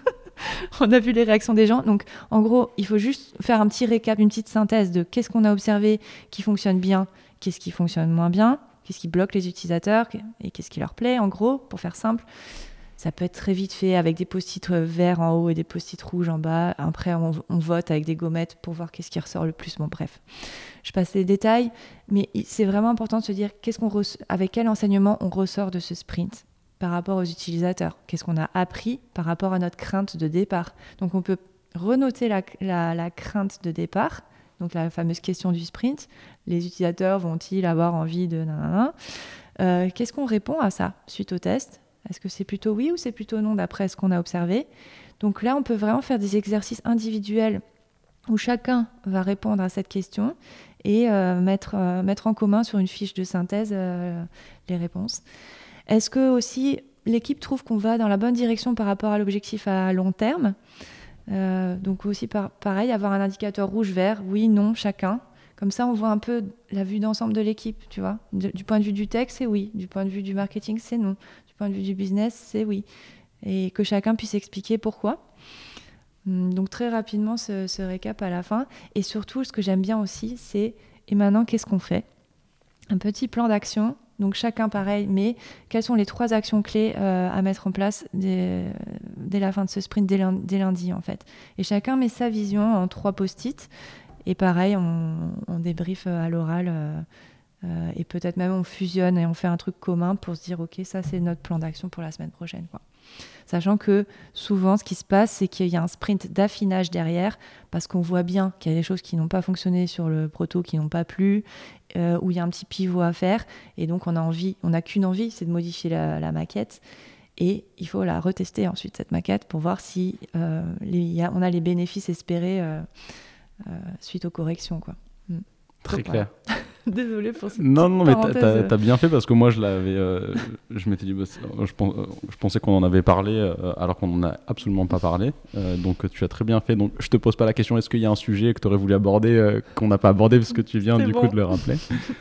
On a vu les réactions des gens. Donc, en gros, il faut juste faire un petit récap, une petite synthèse de qu'est-ce qu'on a observé qui fonctionne bien, qu'est-ce qui fonctionne moins bien, qu'est-ce qui bloque les utilisateurs et qu'est-ce qui leur plaît, en gros, pour faire simple. Ça peut être très vite fait avec des post-it verts en haut et des post-it rouges en bas. Après, on, on vote avec des gommettes pour voir qu'est-ce qui ressort le plus. Bon, bref, je passe les détails. Mais c'est vraiment important de se dire qu'est-ce qu'on re- avec quel enseignement on ressort de ce sprint par rapport aux utilisateurs. Qu'est-ce qu'on a appris par rapport à notre crainte de départ. Donc, on peut renoter la, la, la crainte de départ, donc la fameuse question du sprint. Les utilisateurs vont-ils avoir envie de... Nanana. Euh, qu'est-ce qu'on répond à ça suite au test ? Est-ce que c'est plutôt oui ou c'est plutôt non d'après ce qu'on a observé ? Donc là, on peut vraiment faire des exercices individuels où chacun va répondre à cette question et euh, mettre, euh, mettre en commun sur une fiche de synthèse euh, les réponses. Est-ce que aussi l'équipe trouve qu'on va dans la bonne direction par rapport à l'objectif à long terme ? euh, Donc aussi par, pareil, avoir un indicateur rouge-vert, oui, non, chacun. Comme ça, on voit un peu la vue d'ensemble de l'équipe, tu vois. De, du point de vue du tech, c'est oui. Du point de vue du marketing, c'est non. Du point de vue du business, c'est oui. Et que chacun puisse expliquer pourquoi. Donc très rapidement, ce, ce récap à la fin. Et surtout, ce que j'aime bien aussi, c'est « et maintenant, qu'est-ce qu'on fait ?» Un petit plan d'action. Donc chacun pareil, mais quelles sont les trois actions clés euh, à mettre en place dès, dès la fin de ce sprint, dès lundi, dès lundi en fait. Et chacun met sa vision en trois post-it. Et pareil, on, on débriefe à l'oral euh, euh, et peut-être même on fusionne et on fait un truc commun pour se dire « Ok, ça c'est notre plan d'action pour la semaine prochaine. » quoi. Sachant que souvent, ce qui se passe, c'est qu'il y a un sprint d'affinage derrière parce qu'on voit bien qu'il y a des choses qui n'ont pas fonctionné sur le proto, qui n'ont pas plu, euh, où il y a un petit pivot à faire. Et donc, on a envie, on n'a qu'une envie, c'est de modifier la, la maquette. Et il faut la retester ensuite, cette maquette, pour voir si euh, les, y a, on a les bénéfices espérés euh, euh, suite aux corrections, quoi. Mm. Très donc, clair. Voilà. Désolée pour cette Non, non, mais parenthèse. t'as, t'as bien fait parce que moi, je l'avais, euh, je m'étais dit, bah, je, pense, je pensais qu'on en avait parlé euh, alors qu'on n'en a absolument pas parlé. Euh, donc, tu as très bien fait. Donc, je te pose pas la question, est-ce qu'il y a un sujet que tu aurais voulu aborder euh, qu'on n'a pas abordé parce que tu viens c'est du bon. coup de le rappeler.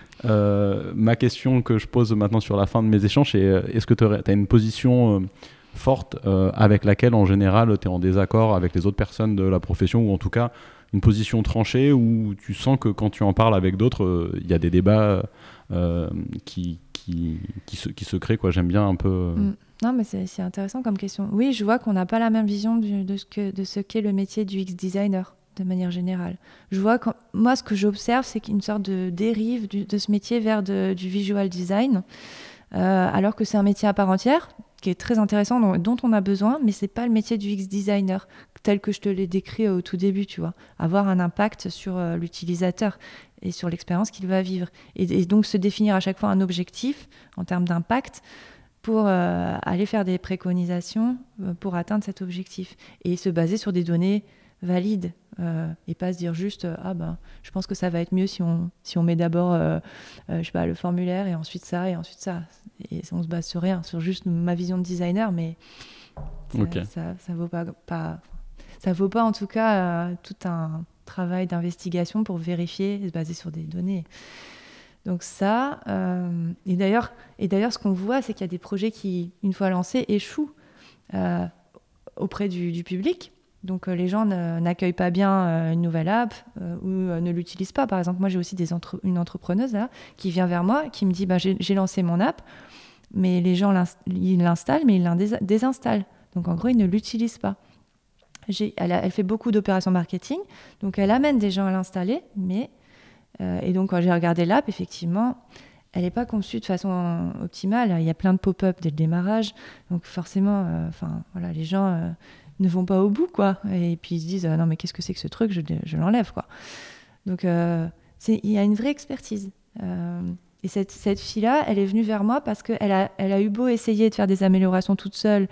euh, ma question que je pose maintenant sur la fin de mes échanges, c'est est-ce que tu as une position euh, forte euh, avec laquelle, en général, tu es en désaccord avec les autres personnes de la profession ou en tout cas une position tranchée où tu sens que quand tu en parles avec d'autres, il euh, y a des débats euh, qui, qui, qui, se, qui se créent, quoi. J'aime bien un peu... Euh... Mm. Non, mais c'est, c'est intéressant comme question. Oui, je vois qu'on n'a pas la même vision du, de, ce que, de ce qu'est le métier du X-designer, de manière générale. Je vois, quand, moi, ce que j'observe, c'est qu'il y a une sorte de dérive du, de ce métier vers de, du visual design, euh, alors que c'est un métier à part entière. qui est très intéressant, dont, dont on a besoin, mais c'est pas le métier du U X designer tel que je te l'ai décrit au tout début, tu vois. Avoir un impact sur euh, l'utilisateur et sur l'expérience qu'il va vivre. Et, et donc se définir à chaque fois un objectif en termes d'impact pour euh, aller faire des préconisations euh, pour atteindre cet objectif. Et se baser sur des données valides euh, et pas se dire juste euh, ah ben je pense que ça va être mieux si on si on met d'abord euh, euh, je sais pas le formulaire et ensuite ça et ensuite ça et on se base sur rien, sur juste ma vision de designer, mais ça, okay. ça, ça vaut pas, pas ça vaut pas en tout cas euh, tout un travail d'investigation pour vérifier et se baser sur des données. Donc ça euh, et d'ailleurs et d'ailleurs ce qu'on voit, c'est qu'il y a des projets qui une fois lancés échouent euh, auprès du, du public. Donc euh, les gens ne, n'accueillent pas bien euh, une nouvelle app euh, ou euh, ne l'utilisent pas. Par exemple, moi j'ai aussi des entre- une entrepreneuse là, qui vient vers moi, qui me dit bah, j'ai, j'ai lancé mon app, mais les gens l'inst- ils l'installent, mais ils la dés- désinstallent. Donc en gros, ils ne l'utilisent pas. J'ai, elle, a, elle fait beaucoup d'opérations marketing, donc elle amène des gens à l'installer, mais euh, et donc quand j'ai regardé l'app, effectivement, elle n'est pas conçue de façon optimale. Il y a plein de pop-up dès le démarrage, donc forcément, enfin euh, voilà, les gens euh, ne vont pas au bout, quoi. Et puis ils se disent, euh, non mais qu'est-ce que c'est que ce truc, je, je l'enlève, quoi. Donc euh, c'est, il y a une vraie expertise. Euh, et cette, cette fille-là, elle est venue vers moi parce qu'elle a, elle a eu beau essayer de faire des améliorations toute seule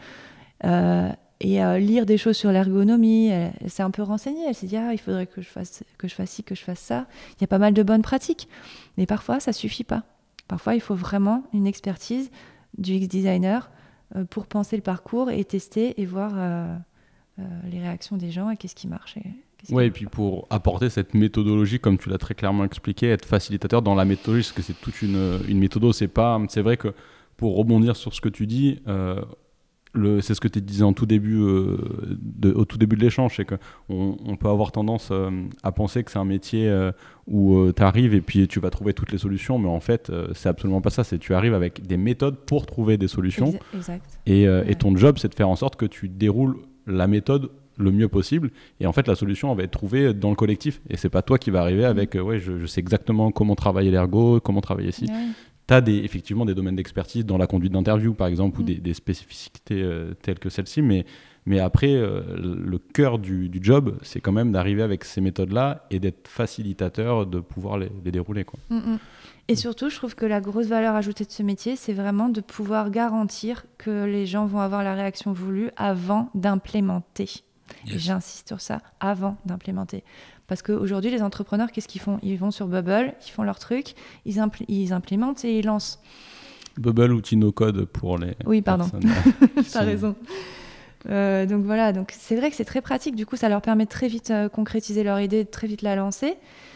euh, et euh, lire des choses sur l'ergonomie. Elle, elle s'est un peu renseignée. Elle s'est dit, ah, il faudrait que je fasse, que je fasse ci, que je fasse ça. Il y a pas mal de bonnes pratiques. Mais parfois, ça suffit pas. Parfois, il faut vraiment une expertise du U X designer euh, pour penser le parcours et tester et voir euh, euh, les réactions des gens et qu'est-ce qui marche. Et, qu'est-ce ouais, qui et puis pour apporter cette méthodologie, comme tu l'as très clairement expliqué, être facilitateur dans la méthodologie, parce que c'est toute une, une méthode. C'est pas, c'est vrai que pour rebondir sur ce que tu dis, euh, le, c'est ce que tu disais en tout début, euh, de, au tout début de l'échange, c'est qu'on on peut avoir tendance euh, à penser que c'est un métier euh, où euh, tu arrives et puis tu vas trouver toutes les solutions, mais en fait, euh, c'est absolument pas ça. C'est tu arrives avec des méthodes pour trouver des solutions. Exact. Et, euh, Ouais. et ton job, c'est de faire en sorte que tu déroules la méthode le mieux possible. Et en fait, la solution, elle va être trouvée dans le collectif. Et c'est pas toi qui va arriver avec, euh, ouais, je, je sais exactement comment travailler l'ergo, comment travailler ici. Ouais. Tu as des, effectivement des domaines d'expertise dans la conduite d'interview, par exemple, Mm. ou des, des spécificités euh, telles que celle-ci. Mais, mais après, euh, le cœur du, du job, c'est quand même d'arriver avec ces méthodes-là et d'être facilitateur, de pouvoir les, les dérouler, quoi. Mm-mm. Et surtout, je trouve que la grosse valeur ajoutée de ce métier, c'est vraiment de pouvoir garantir que les gens vont avoir la réaction voulue avant d'implémenter. Yes. Et j'insiste sur ça, avant d'implémenter. Parce qu'aujourd'hui, les entrepreneurs, qu'est-ce qu'ils font ? Ils vont sur Bubble, ils font leur truc, ils, impl- ils implémentent et ils lancent. Bubble, outil no-code pour les Oui, pardon. personnes. T'as sont... raison. Euh, donc voilà, donc c'est vrai que c'est très pratique. Du coup, ça leur permet de très vite euh, concrétiser leur idée, de très vite la lancer.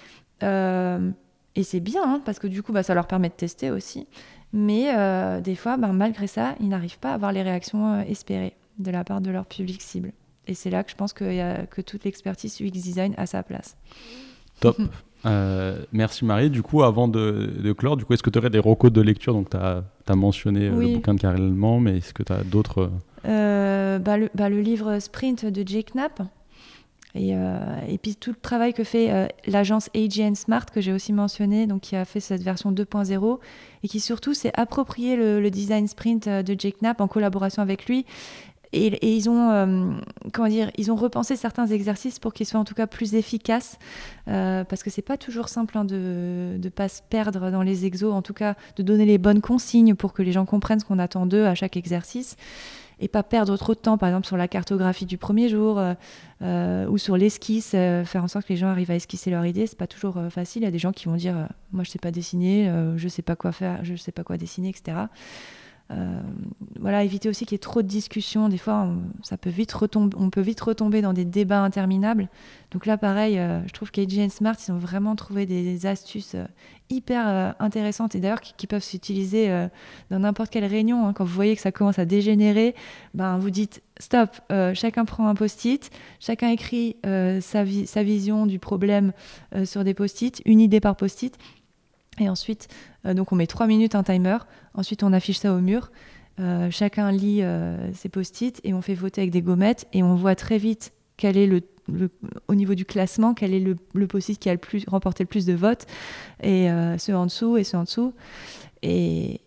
Euh, et c'est bien, hein, parce que du coup, bah, ça leur permet de tester aussi. Mais euh, des fois, bah, malgré ça, ils n'arrivent pas à avoir les réactions euh, espérées de la part de leur public cible. Et c'est là que je pense que, y a, que toute l'expertise U X design a sa place. Top. euh, merci Marie. Du coup, avant de, de clore, du coup, est-ce que tu aurais des recos de lecture ? Donc, tu as mentionné oui. le bouquin de Karel Elman, mais est-ce que tu as d'autres euh, bah, le, bah, le livre Sprint de Jake Knapp. Et, euh, et puis tout le travail que fait euh, l'agence A G N Smart, que j'ai aussi mentionné, donc qui a fait cette version deux point zéro, et qui surtout s'est approprié le, le design sprint de Jake Knapp en collaboration avec lui. Et, et ils ont, euh, comment dire, ils ont repensé certains exercices pour qu'ils soient en tout cas plus efficaces, euh, parce que c'est pas toujours simple hein, de ne pas se perdre dans les exos, en tout cas de donner les bonnes consignes pour que les gens comprennent ce qu'on attend d'eux à chaque exercice. Et pas perdre trop de temps, par exemple sur la cartographie du premier jour euh, euh, ou sur l'esquisse, euh, faire en sorte que les gens arrivent à esquisser leur idée, c'est pas toujours euh, facile. Il y a des gens qui vont dire euh, moi je sais pas dessiner, euh, je sais pas quoi faire, je sais pas quoi dessiner, et cetera. Euh, voilà, éviter aussi qu'il y ait trop de discussions. Des fois, on, ça peut vite retomber, on peut vite retomber dans des débats interminables. Donc là, pareil, euh, je trouve qu'A G N Smart, ils ont vraiment trouvé des, des astuces euh, hyper euh, intéressantes et d'ailleurs qui, qui peuvent s'utiliser euh, dans n'importe quelle réunion. Hein. Quand vous voyez que ça commence à dégénérer, ben, vous dites stop, euh, chacun prend un post-it, chacun écrit euh, sa, vi- sa vision du problème euh, sur des post-it, une idée par post-it. Et ensuite, euh, donc on met trois minutes, un timer. Ensuite, on affiche ça au mur. Euh, chacun lit euh, ses post-it et on fait voter avec des gommettes. Et on voit très vite quel est le, le, au niveau du classement, quel est le, le post-it qui a le plus, remporté le plus de votes. Et euh, ceux en dessous et ceux en dessous. Et,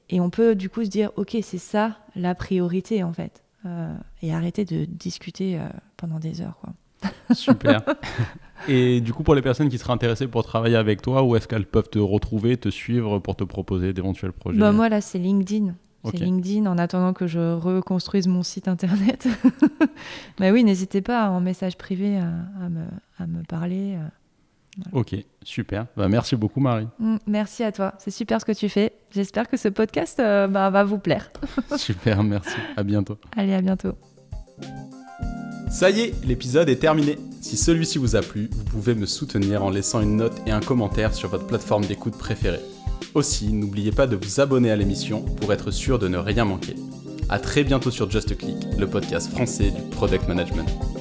et on peut du coup se dire, ok, c'est ça la priorité en fait. Euh, et arrêter de discuter euh, pendant des heures, quoi. Super. Et du coup, pour les personnes qui seraient intéressées pour travailler avec toi, où est-ce qu'elles peuvent te retrouver, te suivre pour te proposer d'éventuels projets? Bah, moi, là, c'est LinkedIn. Okay. C'est LinkedIn en attendant que je reconstruise mon site internet. Mais oui, n'hésitez pas en message privé à, à, me, à me parler. Euh, voilà. Ok, super. Bah, merci beaucoup, Marie. Mmh, merci à toi. C'est super ce que tu fais. J'espère que ce podcast euh, bah, va vous plaire. Super, merci. À bientôt. Allez, à bientôt. Ça y est, l'épisode est terminé. Si celui-ci vous a plu, vous pouvez me soutenir en laissant une note et un commentaire sur votre plateforme d'écoute préférée. Aussi, n'oubliez pas de vous abonner à l'émission pour être sûr de ne rien manquer. À très bientôt sur Just a Click, le podcast français du Product Management.